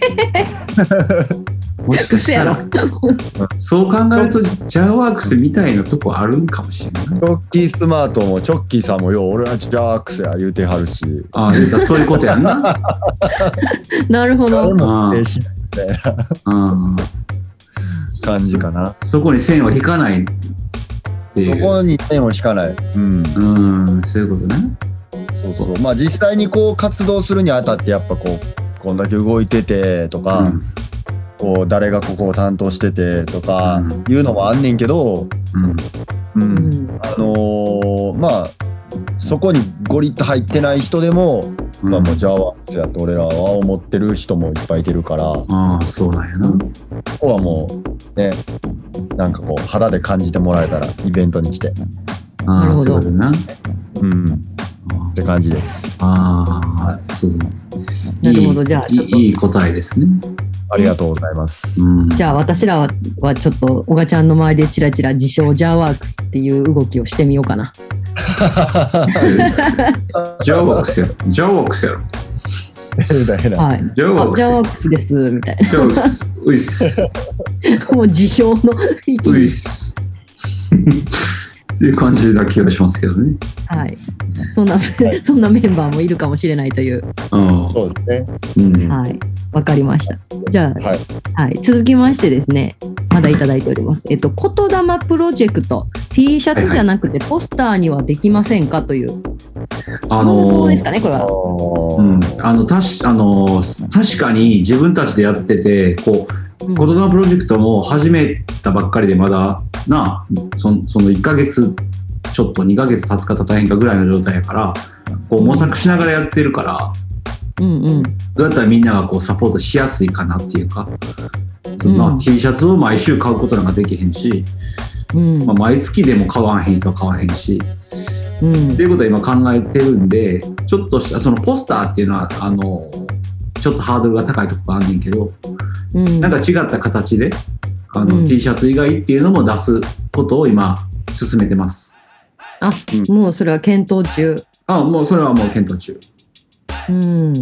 もしかしたらそう考えるとジャーワークスみたいなとこあるんかもしれない。 チョッキースマートもチョッキーさんもよう俺はジャーワークスや言うてはるし。 ああ、言うたらそういうことやんな。 なるほど。 俺も停止みたいな感じかな。 そこに線を引かないっていう。 そこに線を引かない。うん。 うん、そういうことね。 そうそう。まあ実際にこう活動するにあたってやっぱこうこんだけ動いててとか。うん、こう誰がここを担当しててとかいうのもあんねんけど、うんうん、あのー、まあそこにゴリッと入ってない人でも、うん、まあもうジャーワークスやって俺らは思ってる人もいっぱいいてるから、 ああ、そうなんやな。ここはもうね、なんかこう肌で感じてもらえたらイベントに来て、 ああ、そうだな、 うん、って感じです。 ああ、そう。 なるほど。じゃあいい、いい答えですね。 ありがとうございます。 うん、じゃあ私らはちょっと小川ちゃんの周りでチラチラ自称ジャーワークスっていう動きをしてみようかな。 ジャーワークスやろ。ジャーワークスやろ。 はい。ジャーワークスですみたいな。ジャーワークス。 ういっす。 もう自称の域に。ういっす。っていう感じな気がしますけどね。 はい。そんなそんなメンバーもいるかもしれないという。 そうですね。うん、 はい。わかりました。じゃあ、はいはい、続きましてですね、まだいただいております。えっと、言霊プロジェクト T シャツじゃなくてポスターにはできませんかという。 あのー、 ですかね、これは。 うん、あのたしあのー、確かに自分たちでやってて、こう言霊プロジェクトも始めたばっかりでまだな、そ, そのいっかげつちょっとにかげつ経つか経たへんかぐらいの状態やから、こう模索しながらやってるから。うんうん、どうやったらみんながこうサポートしやすいかなっていうか、その、うん、T シャツを毎週買うことなんかできへんし、うんまあ、毎月でも買わへん人は買わへんし、うん、っていうことは今考えてるんで、ちょっとしたそのポスターっていうのはあのちょっとハードルが高いところがあんねんけど、うん、なんか違った形であの、うん、T シャツ以外っていうのも出すことを今進めてます。 あ、うん、もうそれは検討中。 あ、もうそれはもう検討中。 うん、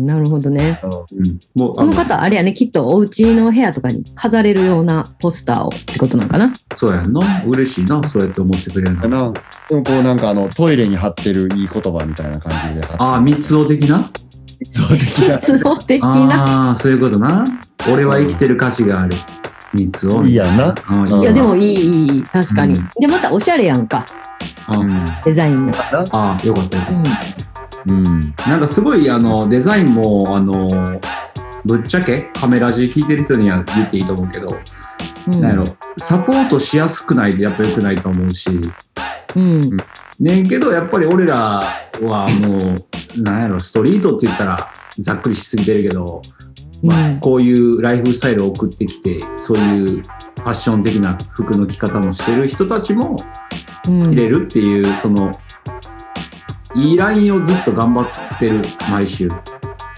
なるほどね。 うん、 もうこの方あれやね、きっとお家の部屋とかに飾れるようなポスターをってことなんかな。 そうやんな。嬉しいな、そうやって思ってくれるの。 でもこうなんかあのトイレに貼ってるいい言葉みたいな感じで。 ああ、三つお的な。 三つお的な。 三つお的な。 ああ、そういうことな。俺は生きてる価値がある。三つお。 いいやんな。 いやでもいいいい確かに。うん、でまたおしゃれやんか。うん、デザインも。 ああ、よかったよかった。うんうん、なんかすごいあのデザインもあのぶっちゃけカメラ字聞いてる人には言っていいと思うけど、うん、なんやろサポートしやすくないとやっぱ良くないと思うし、うん、ねんけどやっぱり俺らはもうなんやろストリートって言ったらざっくりしすぎてるけど、まあ、こういうライフスタイルを送ってきてそういうファッション的な服の着方もしてる人たちも着れるっていう、そのいいラインをずっと頑張ってる毎週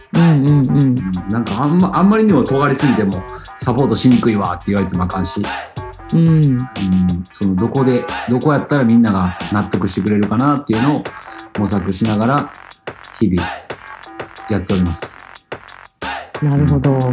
うんうんうん。 なんかあんまあんまりにも尖りすぎてもサポートしにくいわって言われてもあかんし、 うん、うん、 そのどこでどこやったらみんなが納得してくれるかなっていうのを模索しながら日々やっております。 なるほど。うん、以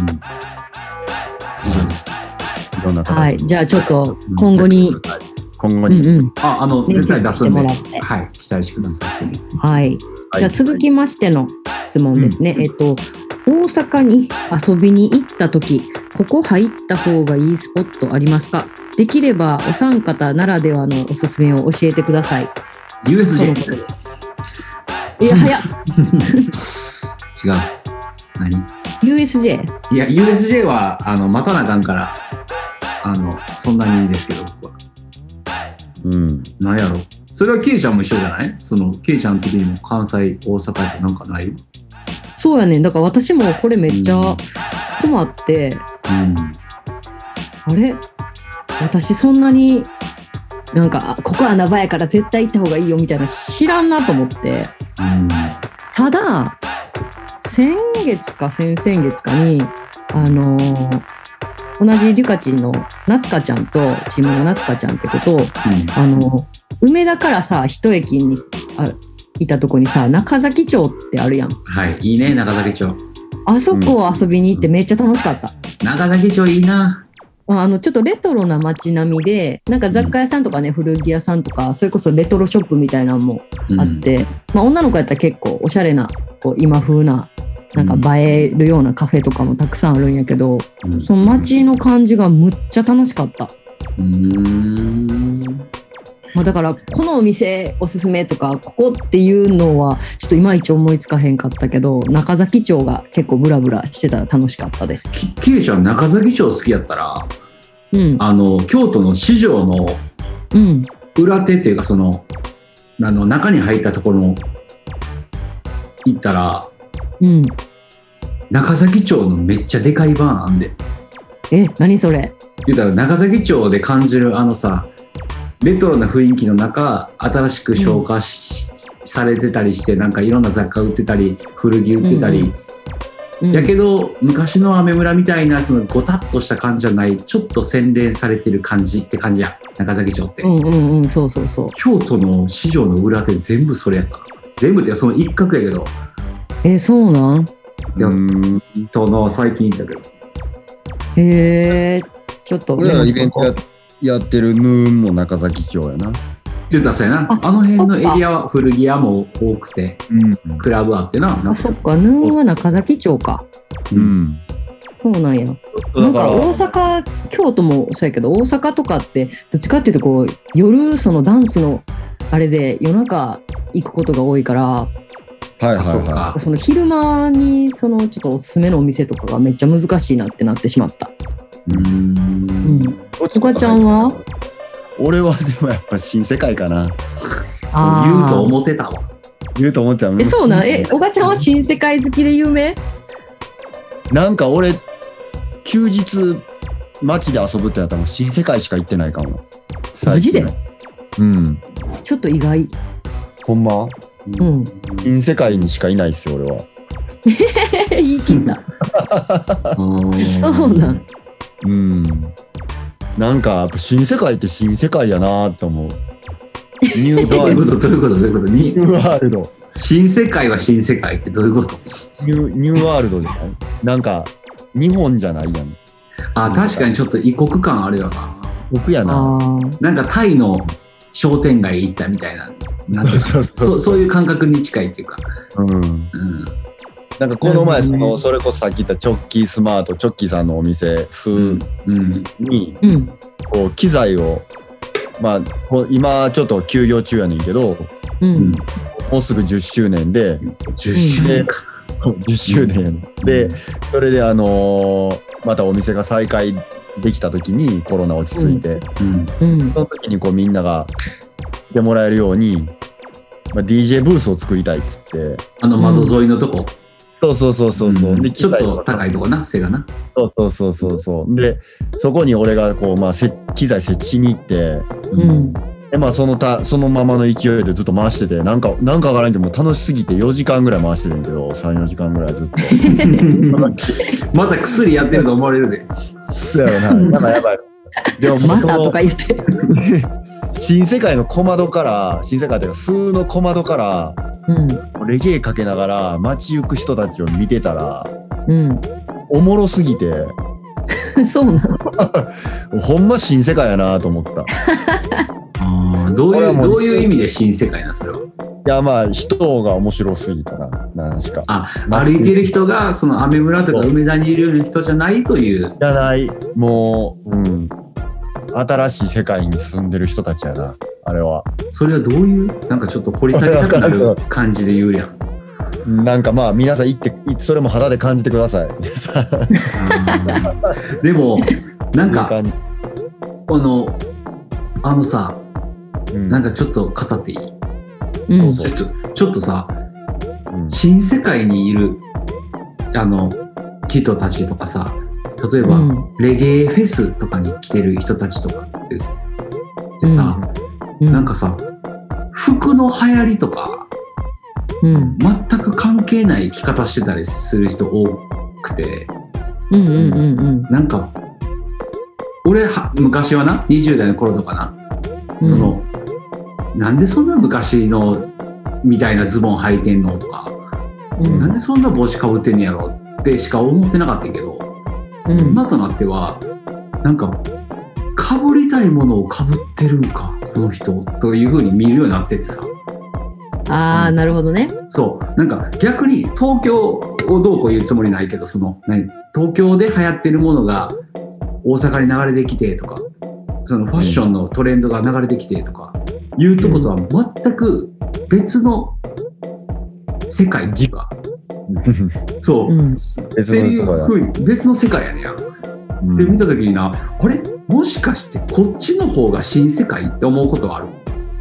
上です。 いろんな形。 はい、じゃあちょっと今後に、 今後に、 うんうん、 あ、あの絶対出すんで、はい、期待してください。 はい。じゃあ続きましての質問ですね。うん、えっと大阪に遊びに行った時、ここ入った方がいいスポットありますか？できればお三方ならではのおすすめを教えてください。 ユーエスジェー。 いや早っ。 違う。何？ ユーエスジェー？ いや ユーエスジェー はあの待たなあかんからあのそんなにいいですけど僕は。うん。なんやろ。それはケイちゃんも一緒じゃない？そのケイちゃん的にも関西大阪ってなんかない？ そうやねん。だから私もこれめっちゃ困って、うん、あれ私そんなになんかここ穴場やから絶対行った方がいいよみたいな知らんなと思って、うん、ただ先月か先々月かにあのー、同じリカチンの夏香ちゃんとチームの夏香ちゃんってことを、うん、あの梅田からさ一駅にあいたとこにさ中崎町ってあるやん。 はい、いいね中崎町。 あそこを遊びに行ってめっちゃ楽しかった。 うん、中崎町いいな。 あのちょっとレトロな街並みでなんか雑貨屋さんとかね、うん、古着屋さんとかそれこそレトロショップみたいなのもあって、うんまあ、女の子やったら結構おしゃれなこう今風ななんか映えるようなカフェとかもたくさんあるんやけど、うん、その街の感じがむっちゃ楽しかった。うーんまあ、だからこのお店おすすめとかここっていうのはちょっといまいち思いつかへんかったけど中崎町が結構ブラブラしてたら楽しかったです。 キリちゃん中崎町好きやったら、うん、あの京都の市場の裏手っていうかその、あの中に入ったところの行ったら、うん、中崎町のめっちゃでかいバーなんで。 え何それ？ 言ったら中崎町で感じるあのさレトロな雰囲気の中新しく消化し、うん、されてたりしてなんかいろんな雑貨売ってたり古着売ってたり、うんうん、やけど昔のアメ村みたいなそのゴタッとした感じじゃないちょっと洗練されてる感じって感じや中崎町って、 うんうんうん、そうそうそう。 京都の市場の裏手全部それやった。全部ってその一角やけど。 えそうなん？ いやとの最近行ったけど。 へえちょっと俺らイベントややってるヌーンも中崎町やな。 言うたらそうやな。あ, あの辺のエリアは古着屋も多くて、うん、クラブあってな。 あそっかヌーンは中崎町か。うん。そうなんや。なんか大阪京都もそうやけど大阪とかってどっちかっていうとこう夜そのダンスのあれで夜中行くことが多いから。 はいはいはい。 その昼間にそのちょっとおすすめのお店とかがめっちゃ難しいなってなってしまった。うーん。おかちゃんは？ 俺はでもやっぱ新世界かな。 あ言うと思ってたわ。 言うと思ってた。 えそうなん？えおかちゃんは新世界好きで有名？ なんか俺休日街で遊ぶってなったら新世界しか行ってないかも。 マジで？ うん。 ちょっと意外。 ほんま？うん。新世界にしかいないっすよ俺は。 言い切った。そうなん。 うん。なんかやっぱ新世界って新世界やなと思う。 ニューどういうことどういうことどういうことニューワールド。 新世界は新世界ってどういうこと？ ニュー、ニューワールドじゃない？なんか日本じゃないやん。 あ確かにちょっと異国感あるよな。 僕やな。 なんかタイの商店街行ったみたいな。なんてそうそうそう、そういう感覚に近いっていうか。うん。うん、 なんかこの前そのそれこそさっき言ったチョッキースマートチョッキーさんのお店数にこう機材をまあ今ちょっと休業中やねんけど、うん、もうすぐじゅっしゅうねんでじゅっしゅうねんかじゅっしゅうねんでそれであのまたお店が再開できた時にコロナ落ち着いて、うんうん、その時にこうみんなが来てもらえるように、まあ、ディージェー ブースを作りたいっつってあの窓沿いのとこ、 うん、そうそうそうそう、うん、 でちょっと高いとこな背がなそうそうそうそうそうでそこに俺がこう、まあ、機材設置しに行って、うん、 でまあそのたそのままの勢いでずっと回してて、なんかなんかわからんけどもう楽しすぎてよじかんぐらい回してるんだけど、さん、よじかんぐらいずっと。 また薬やってると思われるで。 そうやろな。なんかやばい。でもまたとか言って。 新世界の小窓から新世界というか数の小窓から、うん、レゲエかけながら街行く人たちを見てたら、うん、おもろすぎて。 そうなの。 ほんま新世界やなと思った。 あどういうどういう意味で新世界なそれは。 いやまあ人が面白すぎたな、なんしか。 あ歩いてる人がそのアメ村とか梅田にいるような人じゃないという。 じゃないもう、うん、新しい世界に住んでる人たちやなあれは。 それはどういうなんかちょっと掘り下げたくなる感じで言うやん。 なんかまあ皆さん行ってそれも肌で感じてください。 でもなんかあのあのさ、うん、なんかちょっと語っていい？うん、ちょっとちょっとさ、うん、新世界にいるあの人たちとかさ、例えば、うん、レゲエフェスとかに来てる人たちとかってでさ、うん、なんかさ服の流行りとか。うん、全く関係ない着方してたりする人多くて、うんうんうんうん、なんか俺は昔はなにじゅう代の頃とかな、うん、そのなんでそんな昔のみたいなズボン履いてんのとか、うん、なんでそんな帽子かぶってんのやろってしか思ってなかったけど、うん、今となってはなんかかぶりたいものをかぶってるんかこの人という風に見るようになっててさ。 ああ、なるほどね。 そうなんか逆に東京をどうこう言うつもりないけど、その何東京で流行ってるものが大阪に流れてきてとか、そのファッションのトレンドが流れてきてとかいうとことは全く別の世界っていうか、そう、うん、別の別の世界やねや、うん、で見た時にな、あれもしかしてこっちの方が新世界って思うことはある。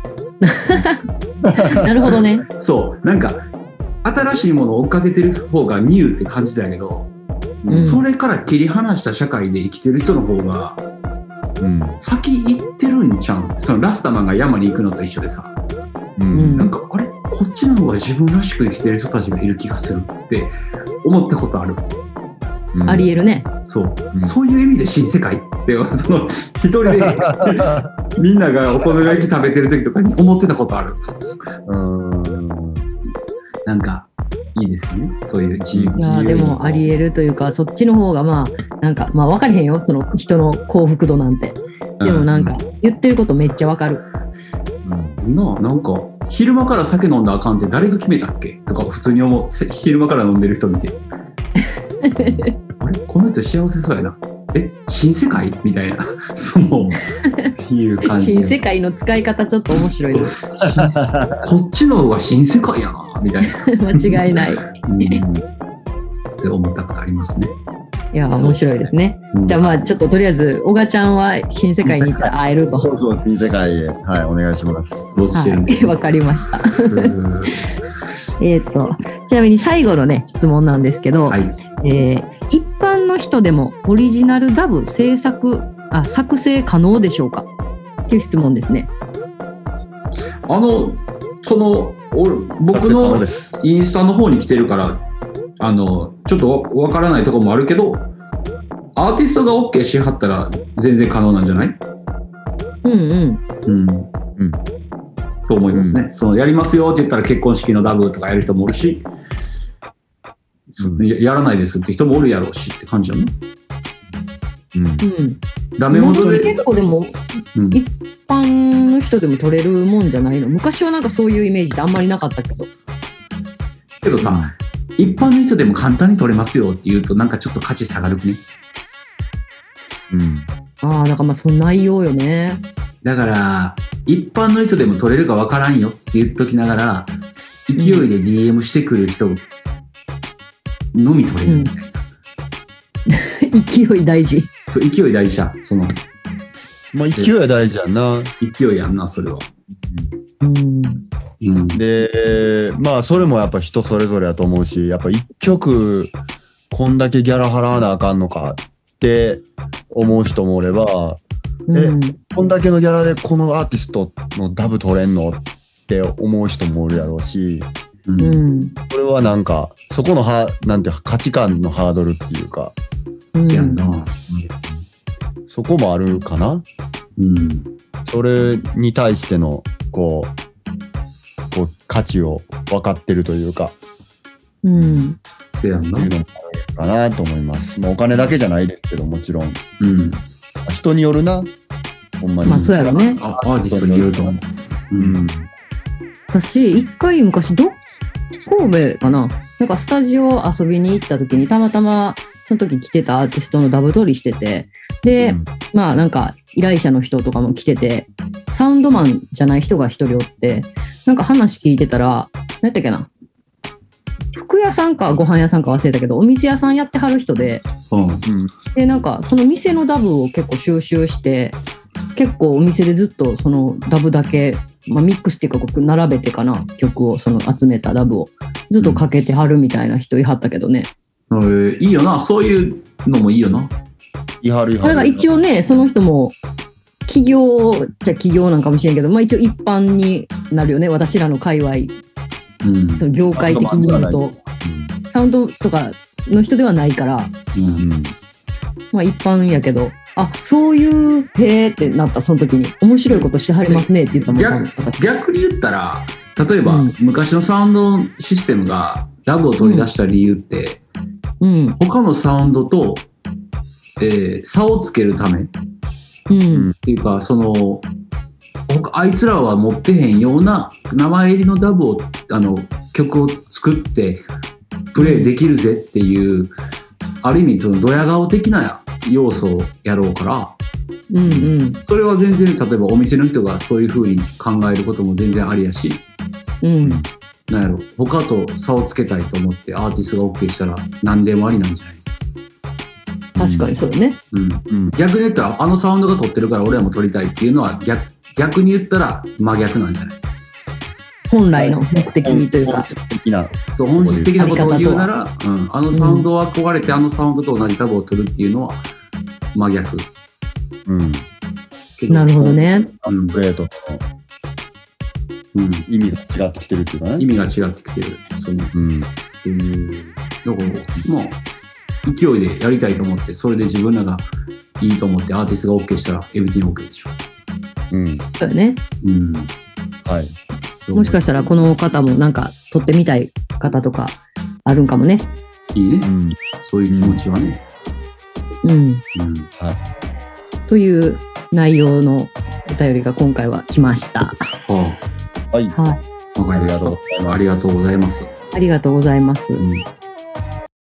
なるほどね。 そうなんか新しいものを追っかけてる方がニューって感じだけど、うん、それから切り離した社会で生きてる人の方が、うん、先行ってるんちゃうん。そのラスタマンが山に行くのと一緒でさ、うん、なんかあれこっちの方が自分らしく生きてる人たちがいる気がするって思ったことある。 うん、ありえるね。 そう、うん、そういう意味で新世界ってその一人でみんながお好み焼き食べてる時とかに思ってたことある。うーんなんかいいですよね、そういう自由。 いやでもありえるというか、そっちの方がまあなんかまあ分かれへんよ、その人の幸福度なんて。でもなんか言ってることめっちゃ分かる。 うん、なあなんか昼間から酒飲んだらあかんって誰が決めたっけとか普通に思う。昼間から飲んでる人見てあれこの人幸せそうやな、え新世界みたいなそのいう感じ。 新世界の使い方ちょっと面白いなこっちの方が新世界やなみたいな間違いない、 うん、って思ったことありますね。 いや面白いですね、うん、じゃあまあちょっととりあえず小賀ちゃんは新世界に行ったら会えると。 そうそう新世界へはいお願いします。 どうしてるんですか。わかりましたえっとちなみに最後のね質問なんですけど、はいえー、一般の人でもオリジナルダブ制作あ作成可能でしょうかっていう質問ですね。 あのその僕のインスタの方に来てるからあのちょっとわからないところもあるけど、アーティストが OK しはったら全然可能なんじゃない？ うんうんうんうんと思いますね、うん、そのやりますよって言ったら結婚式のダブとかやる人もおるし、うん、や, やらないですって人もおるやろうしって感じよね。 うん、うん、 ダメ元で結構でも、うん、一般の人でも取れるもんじゃないの？昔はなんかそういうイメージってあんまりなかったけどけどさ、うん、一般の人でも簡単に取れますよって言うとなんかちょっと価値下がるね。 うん、ああだからまあその内容よね。 だから一般の人でも取れるかわからんよって言っときながら勢いで ディーエム してくる人のみ取れるみたいな、 うん、勢い大事。 そう勢い大事じゃん。そのまあ勢いは大事やんな。 勢いやんなそれは、 うんうん、でまあそれもやっぱ人それぞれやと思うし、やっぱ一曲こんだけギャラ払わなあかんのかって思う人もおれば、 え、うん、こんだけのギャラでこのアーティストのダブ取れんのって思う人もおるやろうし、うん、これはなんかそこのはなんていうか価値観のハードルっていうか、 うん、やんな、うん、 そこもあるかな、うん、それに対してのこう、こう価値を分かってるというか、 うん、 そうやんな、 いうのもあるかなと思います。まあ、お金だけじゃないですけど、もちろん、うん、人によるな、ほんまに。 まあそうやろね。 アーティストによると思う。うん。 私一回昔ど神戸かな、なんかスタジオ遊びに行った時にたまたまその時来てたアーティストのダブ取りしてて、で、うん、まあなんか依頼者の人とかも来てて、サウンドマンじゃない人が一人おって、なんか話聞いてたら、何やったっけな、服屋さんかご飯屋さんか忘れたけど、お店屋さんやってはる人で、うん、でなんかその店のダブを結構収集して、結構お店でずっとそのダブだけ、まあ、ミックスっていうかこう並べてかな、曲をその集めたダブをずっとかけてはるみたいな人いはったけどね、 うん、えー、いいよな、そういうのもいいよな。 いはるいはる。 だから一応ね、その人も企業じゃ企業なんかもしれんけど、まあ、一応一般になるよね、私らの界隈、うん、その業界的に言うと、うん、サウンドとかの人ではないから、うん、まあ一般やけど、あ、そういうへーってなった。その時に面白いことしてはりますねって言ったもん。 逆, 逆に言ったら、例えば、うん、昔のサウンドシステムがダブを取り出した理由って、うん、他のサウンドと、えー、差をつけるため、うん、っていうか、そのあいつらは持ってへんような名前入りのダブを、あの曲を作ってプレイできるぜっていう、ある意味そのドヤ顔的な要素をやろうから、うんうん、それは全然、例えばお店の人がそういう風に考えることも全然ありやし、うん、なんやろ、他と差をつけたいと思ってアーティストが OK したら何でもありなんじゃない？ 確かにそうね、 うんうん、逆に言ったら、あのサウンドが取ってるから俺らも取りたいっていうのは 逆, 逆に言ったら真逆なんじゃない？ 本来の目的にというか、 本質的な、 そう、本質的なことを言うなら、うん、あのサウンドを憧れて、うん、あのサウンドと同じタブを取るっていうのは真逆。 うん、なるほどね。 アップデートの、うん、意味が違ってきてるっていうかね。 意味が違ってきてる。その、うん、えー、だからまあ勢いでやりたいと思って、それで自分らがいいと思ってアーティストが OK したらエブリティン OK でしょ。 うん。そうよね。 うん。 はい。 もしかしたらこの方もなんか撮ってみたい方とかあるんかもね。 いいね、うん、そういう気持ちはね。 うん、うん、はい。という内容のお便りが今回は来ました。はあ、はい。はい。 ありがとうございます。 ありがとうございます。うん